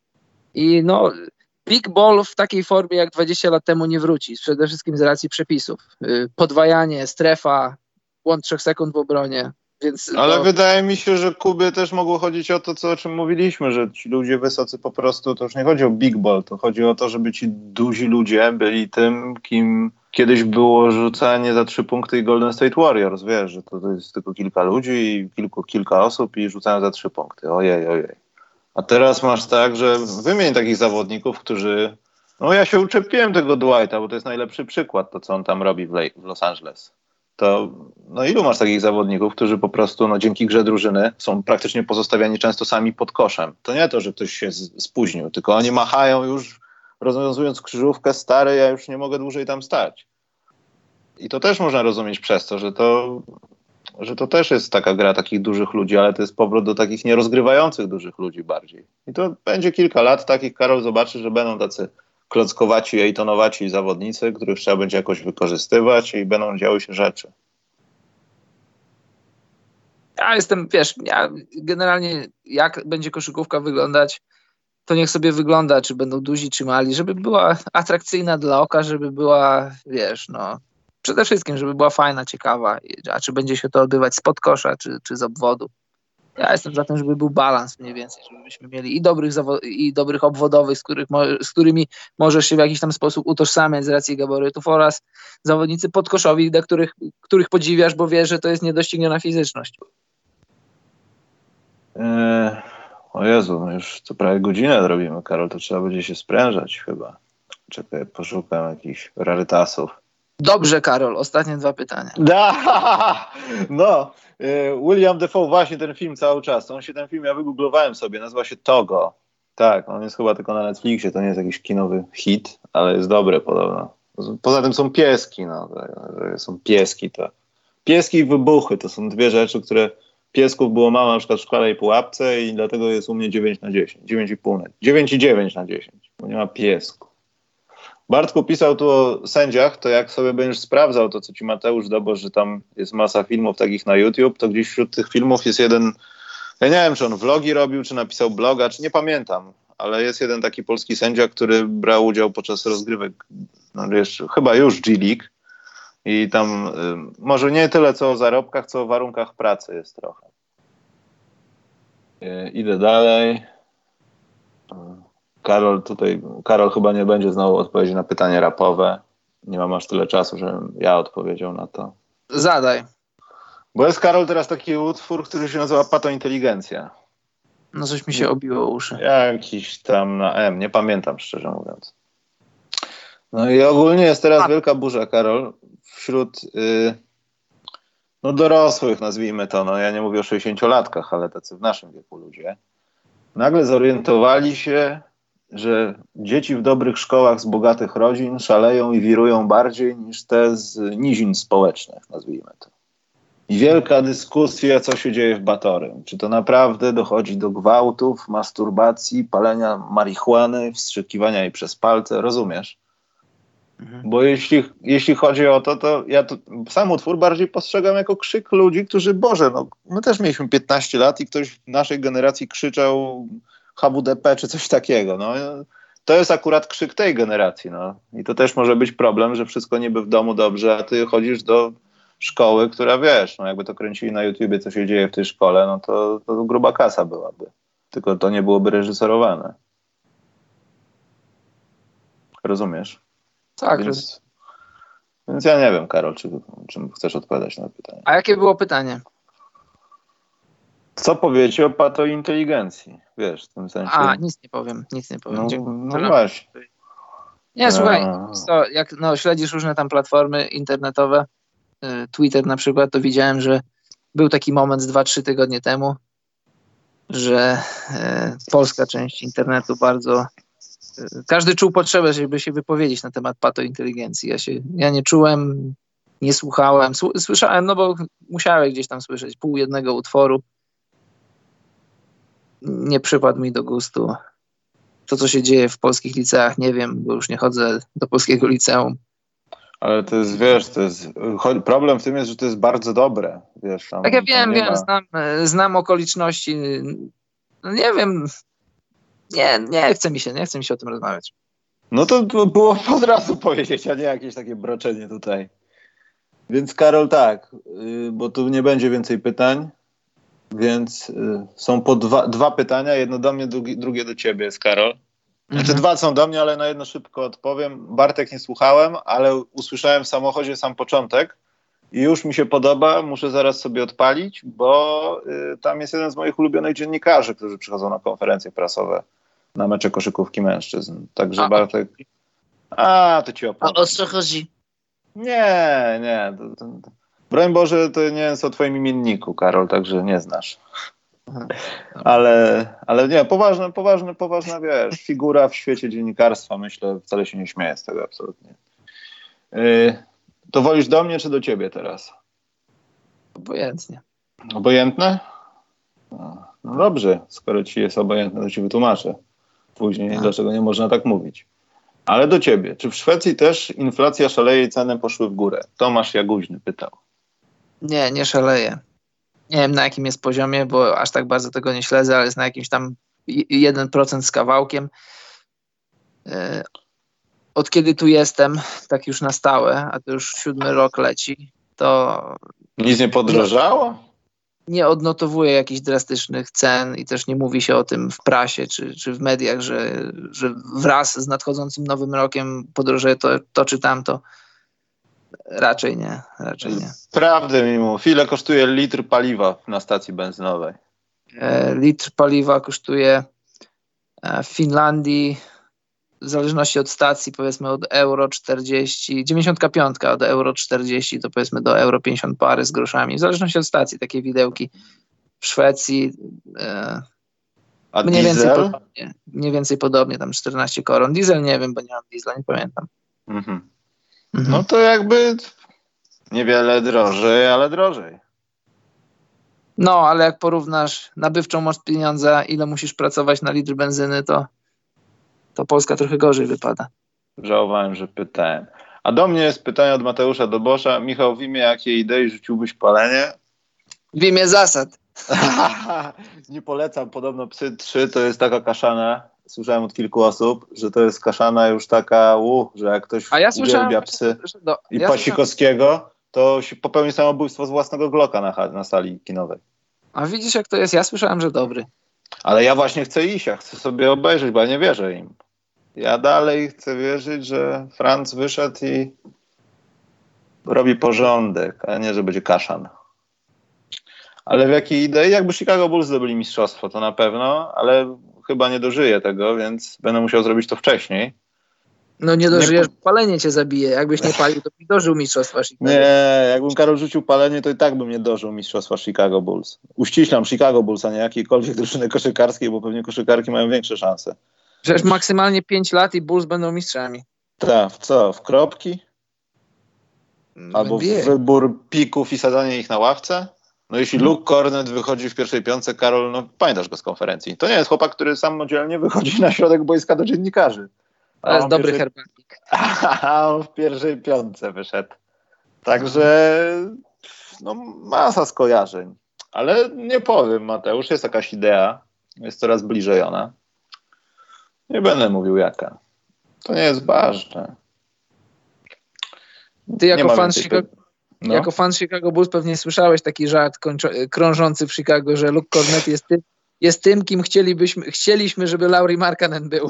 I no, Big Ball w takiej formie jak dwadzieścia lat temu nie wróci, przede wszystkim z racji przepisów. Podwajanie, strefa, błąd trzech sekund w obronie. Więc, Ale no... wydaje mi się, że Kubie też mogło chodzić o to, co, o czym mówiliśmy, że ci ludzie wysocy po prostu, to już nie chodzi o Big Ball, to chodzi o to, żeby ci duzi ludzie byli tym, kim kiedyś było rzucanie za trzy punkty i Golden State Warriors, wiesz, że to, to jest tylko kilka ludzi i kilku, kilka osób i rzucają za trzy punkty, ojej, ojej. A teraz masz tak, że wymień takich zawodników, którzy, no ja się uczepiłem tego Dwighta, bo to jest najlepszy przykład, to co on tam robi w, Le- w Los Angeles. to no ilu masz takich zawodników, którzy po prostu no, dzięki grze drużyny są praktycznie pozostawiani często sami pod koszem. To nie to, że ktoś się z- spóźnił, tylko oni machają już, rozwiązując krzyżówkę, stary, ja już nie mogę dłużej tam stać. I to też można rozumieć przez to, że to, że to też jest taka gra takich dużych ludzi, ale to jest powrót do takich nierozgrywających dużych ludzi bardziej. I to będzie kilka lat takich, Karol zobaczy, że będą tacy klockowaci, ejtonowaci zawodnicy, których trzeba będzie jakoś wykorzystywać i będą działy się rzeczy. Ja jestem, wiesz, ja generalnie jak będzie koszykówka wyglądać, to niech sobie wygląda, czy będą duzi, czy mali, żeby była atrakcyjna dla oka, żeby była, wiesz, no, przede wszystkim, żeby była fajna, ciekawa, a czy będzie się to odbywać spod kosza, czy, czy z obwodu. Ja jestem za tym, żeby był balans mniej więcej, żebyśmy mieli i dobrych, zawo- i dobrych obwodowych, z, których mo- z którymi możesz się w jakiś tam sposób utożsamiać z racji gabarytów, oraz zawodnicy podkoszowi, dla których, których podziwiasz, bo wiesz, że to jest niedościgniona fizyczność. Eee, o Jezu, no już co prawie godzinę robimy, Karol, to trzeba będzie się sprężać chyba. Czekaj, poszukam jakichś rarytasów. Dobrze, Karol, ostatnie dwa pytania. Da! No, e, William Dafoe, właśnie ten film cały czas. On się ten film, ja wygooglowałem sobie, nazywa się Togo. Tak, on jest chyba tylko na Netflixie, to nie jest jakiś kinowy hit, ale jest dobry podobno. Poza tym są pieski, no, są pieski to. Pieski i wybuchy to są dwie rzeczy, które piesków było mało na przykład w Szkole i Pułapce i dlatego jest u mnie dziewięć na dziesięć, dziewięć i pół, dziewięć i dziewięć na dziesięć, bo nie ma piesku. Bartku pisał tu o sędziach, to jak sobie będziesz sprawdzał to, co ci Mateusz dobo, że tam jest masa filmów takich na YouTube, to gdzieś wśród tych filmów jest jeden, ja nie wiem, czy on vlogi robił, czy napisał bloga, czy nie pamiętam, ale jest jeden taki polski sędzia, który brał udział podczas rozgrywek, no jeszcze, chyba już G-League i tam y, może nie tyle co o zarobkach, co o warunkach pracy jest trochę. Y, idę dalej. Karol tutaj, Karol chyba nie będzie znowu odpowiedzi na pytanie rapowe. Nie mam aż tyle czasu, żebym ja odpowiedział na to. Zadaj. Bo jest, Karol, teraz taki utwór, który się nazywa Patointeligencja. No coś mi się obiło uszy. Jakiś tam na M, nie pamiętam szczerze mówiąc. No i ogólnie jest teraz wielka burza, Karol, wśród y, no dorosłych, nazwijmy to, no ja nie mówię o sześćdziesięciolatkach, ale tacy w naszym wieku ludzie. Nagle zorientowali się, że dzieci w dobrych szkołach z bogatych rodzin szaleją i wirują bardziej niż te z nizin społecznych, nazwijmy to. I wielka dyskusja, co się dzieje w Batorym. Czy to naprawdę dochodzi do gwałtów, masturbacji, palenia marihuany, wstrzykiwania jej przez palce, rozumiesz? Mhm. Bo jeśli, jeśli chodzi o to, to ja to, sam utwór bardziej postrzegam jako krzyk ludzi, którzy, Boże, no my też mieliśmy piętnaście lat i ktoś w naszej generacji krzyczał H W D P czy coś takiego. No, to jest akurat krzyk tej generacji. No. I to też może być problem, że wszystko niby w domu dobrze, a ty chodzisz do szkoły, która, wiesz, no jakby to kręcili na YouTubie, co się dzieje w tej szkole, no to, to gruba kasa byłaby. Tylko to nie byłoby reżyserowane. Rozumiesz? Tak. Więc, więc ja nie wiem, Karol, czy, czy chcesz odpowiadać na pytanie. A jakie było pytanie? Co powiecie o patointeligencji? Wiesz, w tym sensie... A, nic nie powiem, nic nie powiem. No, no właśnie. Nie, słuchaj, to jak no, śledzisz różne tam platformy internetowe, y, Twitter na przykład, to widziałem, że był taki moment z dwa trzy tygodnie temu, że y, polska część internetu bardzo... Y, każdy czuł potrzebę, żeby się wypowiedzieć na temat patointeligencji. Ja się, ja nie czułem, nie słuchałem. S- słyszałem, no bo musiałem gdzieś tam słyszeć pół jednego utworu. Nie przypadł mi do gustu. To, co się dzieje w polskich liceach, nie wiem, bo już nie chodzę do polskiego liceum. Ale to jest, wiesz, to jest, problem w tym jest, że to jest bardzo dobre. Wiesz, tam, tak ja wiem, wiem, ma... znam, znam okoliczności. No nie wiem, nie, nie chce mi się, nie chce mi się o tym rozmawiać. No to było od razu powiedzieć, a nie jakieś takie broczenie tutaj. Więc Karol, tak, bo tu nie będzie więcej pytań, więc są po dwa, dwa pytania, jedno do mnie, drugi, drugie do ciebie jest, Karol. Znaczy mhm. dwa są do mnie, ale na jedno szybko odpowiem. Bartek, nie słuchałem, ale usłyszałem w samochodzie sam początek i już mi się podoba, muszę zaraz sobie odpalić, bo y, tam jest jeden z moich ulubionych dziennikarzy, którzy przychodzą na konferencje prasowe, na mecze koszykówki mężczyzn. Także a, Bartek... A, to ci opowiem. A o co chodzi? Nie, nie. To, to, to. Broń Boże, to nie jest o twoim imienniku, Karol, także nie znasz. Ale, ale nie, poważna, poważna, poważna, wiesz, figura w świecie dziennikarstwa, myślę, wcale się nie śmieję z tego, absolutnie. Yy, to wolisz do mnie, czy do ciebie teraz? Obojętnie. Obojętne? No, no dobrze, skoro ci jest obojętne, to ci wytłumaczę później, A. dlaczego nie można tak mówić. Ale do ciebie. Czy w Szwecji też inflacja szaleje i ceny poszły w górę? Tomasz Jaguźny pytał. Nie, nie szaleje. Nie wiem, na jakim jest poziomie, bo aż tak bardzo tego nie śledzę, ale jest na jakimś tam jeden procent z kawałkiem. Od kiedy tu jestem, tak już na stałe, a to już siódmy rok leci, to Nic nie podrożało? nie odnotowuję jakichś drastycznych cen i też nie mówi się o tym w prasie czy, czy w mediach, że, że wraz z nadchodzącym nowym rokiem podrożeje to, to czy tamto. Raczej nie, raczej nie. Prawdę mi mów. Ile kosztuje litr paliwa na stacji benzynowej? E, litr paliwa kosztuje w Finlandii, w zależności od stacji, powiedzmy od euro czterdzieści, dziewięćdziesiąt pięć od euro czterdzieści, to powiedzmy do euro pięćdziesiąt pary z groszami, w zależności od stacji, takie widełki. W Szwecji e, A mniej diesel? więcej podobnie, mniej więcej podobnie, tam czternaście koron. Diesel nie wiem, bo nie mam diesla, nie pamiętam. Mhm. Mhm. No to jakby niewiele drożej, ale drożej. No, ale jak porównasz nabywczą moc pieniądza, ile musisz pracować na litr benzyny, to, to Polska trochę gorzej wypada. Żałowałem, że pytałem. A do mnie jest pytanie od Mateusza Dobosza. Michał, w imię jakiej idei rzuciłbyś palenie? W imię zasad. Nie polecam. Podobno Psy trzy to jest taka kaszana. Słyszałem od kilku osób, że to jest kaszana już taka, uh, że jak ktoś A ja uwielbia słyszałem, psy że do, i ja Pasikowskiego, to się popełni samobójstwo z własnego Glocka na, na sali kinowej. A widzisz, jak to jest? Ja słyszałem, że dobry. Ale ja właśnie chcę iść, ja chcę sobie obejrzeć, bo ja nie wierzę im. Ja dalej chcę wierzyć, że Franz wyszedł i robi porządek, a nie, że będzie kaszan. Ale w jakiej idei? Jakby Chicago Bulls zdobyli mistrzostwo, to na pewno, ale chyba nie dożyję tego, więc będę musiał zrobić to wcześniej. No nie dożyjesz, Nie... palenie cię zabije. Jakbyś nie palił, to byś dożył mistrzostwa Chicago. Nie, jakbym Karol rzucił palenie, to i tak bym nie dożył mistrzostwa Chicago Bulls. Uściślam Chicago Bulls, a nie jakiejkolwiek drużyny koszykarskiej, bo pewnie koszykarki mają większe szanse. Przecież maksymalnie pięć lat i Bulls będą mistrzami. Tak, w co? W kropki? Albo w wybór pików i sadzanie ich na ławce? No jeśli Luke Cornet wychodzi w pierwszej piątce, Karol, no pamiętasz go z konferencji. To nie jest chłopak, który samodzielnie wychodzi na środek boiska do dziennikarzy. To jest dobry pierwszej... herbatnik. A on w pierwszej piątce wyszedł. Także no masa skojarzeń. Ale nie powiem, Mateusz, jest jakaś idea. Jest coraz bliżej ona. Nie będę mówił jaka. To nie jest ważne. Ty jako fan, Chicago, no. jako fan Chicago Bulls pewnie słyszałeś taki żart kończo- krążący w Chicago, że Luke Cornet jest tym, jest tym, kim chcielibyśmy, chcieliśmy, żeby Lauri Markkanen był.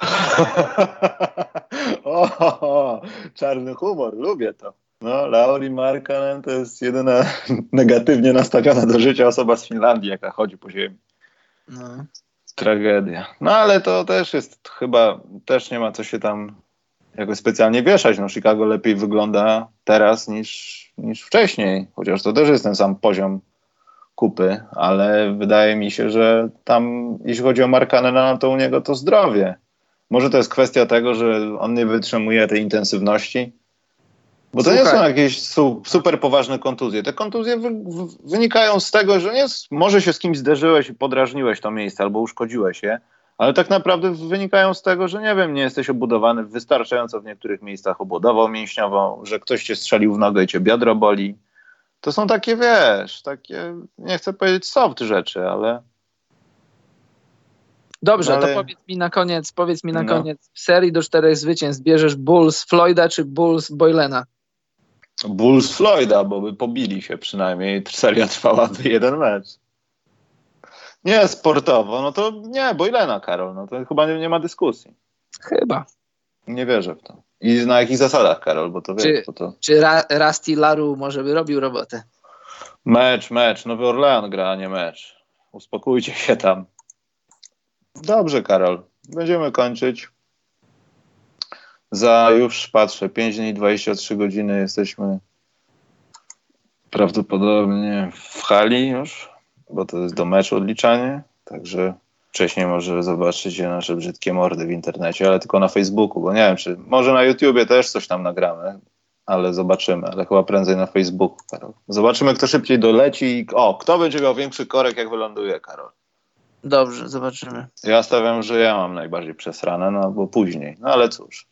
o, o, o, czarny humor, lubię to. No, Lauri Markkanen to jest jedyna negatywnie nastawiona do życia osoba z Finlandii, jaka chodzi po ziemi. No. Tragedia. No ale to też jest chyba, też nie ma co się tam jakoś specjalnie wieszać. No Chicago lepiej wygląda teraz niż, niż wcześniej, chociaż to też jest ten sam poziom kupy, ale wydaje mi się, że tam, jeśli chodzi o Markkanena, no to u niego to zdrowie. Może to jest kwestia tego, że on nie wytrzymuje tej intensywności, bo to Słuchaj. nie są jakieś su, super poważne kontuzje. Te kontuzje wy, w, wynikają z tego, że nie, może się z kimś zderzyłeś i podrażniłeś to miejsce albo uszkodziłeś je, ale tak naprawdę wynikają z tego, że nie wiem, nie jesteś obudowany wystarczająco w niektórych miejscach obudową mięśniową, że ktoś cię strzelił w nogę i cię biodro boli. To są takie, wiesz, takie, nie chcę powiedzieć soft rzeczy, ale... Dobrze, ale... to powiedz mi na koniec, powiedz mi na no. koniec, w serii do czterech zwycięstw bierzesz Bulls Floyda czy Bulls Boylena? Bulls Floyda, bo by pobili się przynajmniej, seria trwałaby jeden mecz. Nie sportowo, no to nie, Boylena, Karol, no to chyba nie, nie ma dyskusji. Chyba. Nie wierzę w to. I na jakich zasadach, Karol, bo to czy, wiesz, bo to... Czy Ra- Rusty Laru może by robił robotę? Mecz, mecz, Nowy Orlean gra, a nie mecz. Uspokójcie się tam. Dobrze, Karol, będziemy kończyć. Za, już patrzę, pięć dni i dwadzieścia trzy godziny jesteśmy Prawdopodobnie w hali już, bo to jest do meczu odliczanie, także wcześniej może zobaczycie nasze brzydkie mordy w internecie, ale tylko na Facebooku, bo nie wiem, czy może na YouTubie też coś tam nagramy, ale zobaczymy, ale chyba prędzej na Facebooku, Karol. Zobaczymy, kto szybciej doleci. O, kto będzie miał większy korek, jak wyląduje, Karol. Dobrze, zobaczymy. Ja stawiam, że ja mam najbardziej przesrane, no bo później, no ale cóż.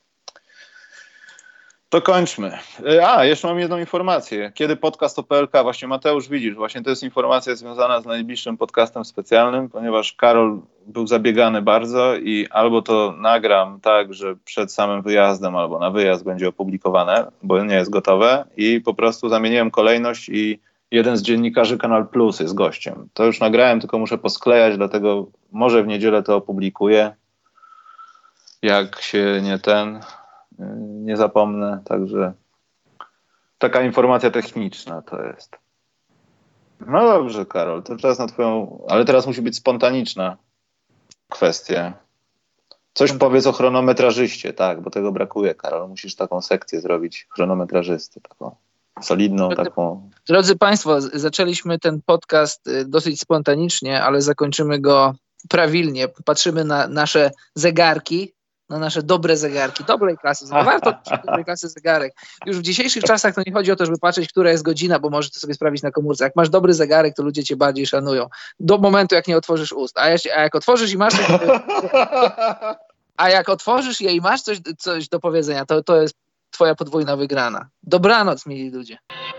To kończmy. A, jeszcze mam jedną informację. Kiedy podcast o P L K? Właśnie Mateusz, widzisz, właśnie to jest informacja związana z najbliższym podcastem specjalnym, ponieważ Karol był zabiegany bardzo i albo to nagram tak, że przed samym wyjazdem, albo na wyjazd będzie opublikowane, bo nie jest gotowe i po prostu zamieniłem kolejność i jeden z dziennikarzy Kanal Plus jest gościem. To już nagrałem, tylko muszę posklejać, dlatego może w niedzielę to opublikuję. Jak się nie ten... nie zapomnę, także taka informacja techniczna to jest. No dobrze, Karol, to czas na twoją, ale teraz musi być spontaniczna kwestia. Coś powiedz o chronometrażyście, tak, bo tego brakuje, Karol. Musisz taką sekcję zrobić chronometrażysty, taką solidną, Drodzy, taką... Drodzy Państwo, zaczęliśmy ten podcast dosyć spontanicznie, ale zakończymy go prawilnie. Patrzymy na nasze zegarki, na nasze dobre zegarki, dobrej klasy. Warto dobrej klasy zegarek. Już w dzisiejszych czasach to nie chodzi o to, żeby patrzeć, która jest godzina, bo możesz to sobie sprawdzić na komórce. Jak masz dobry zegarek, to ludzie cię bardziej szanują. Do momentu, jak nie otworzysz ust. A, a jak otworzysz i masz... A jak otworzysz je i masz coś, coś do powiedzenia, to, to jest twoja podwójna wygrana. Dobranoc, mili ludzie.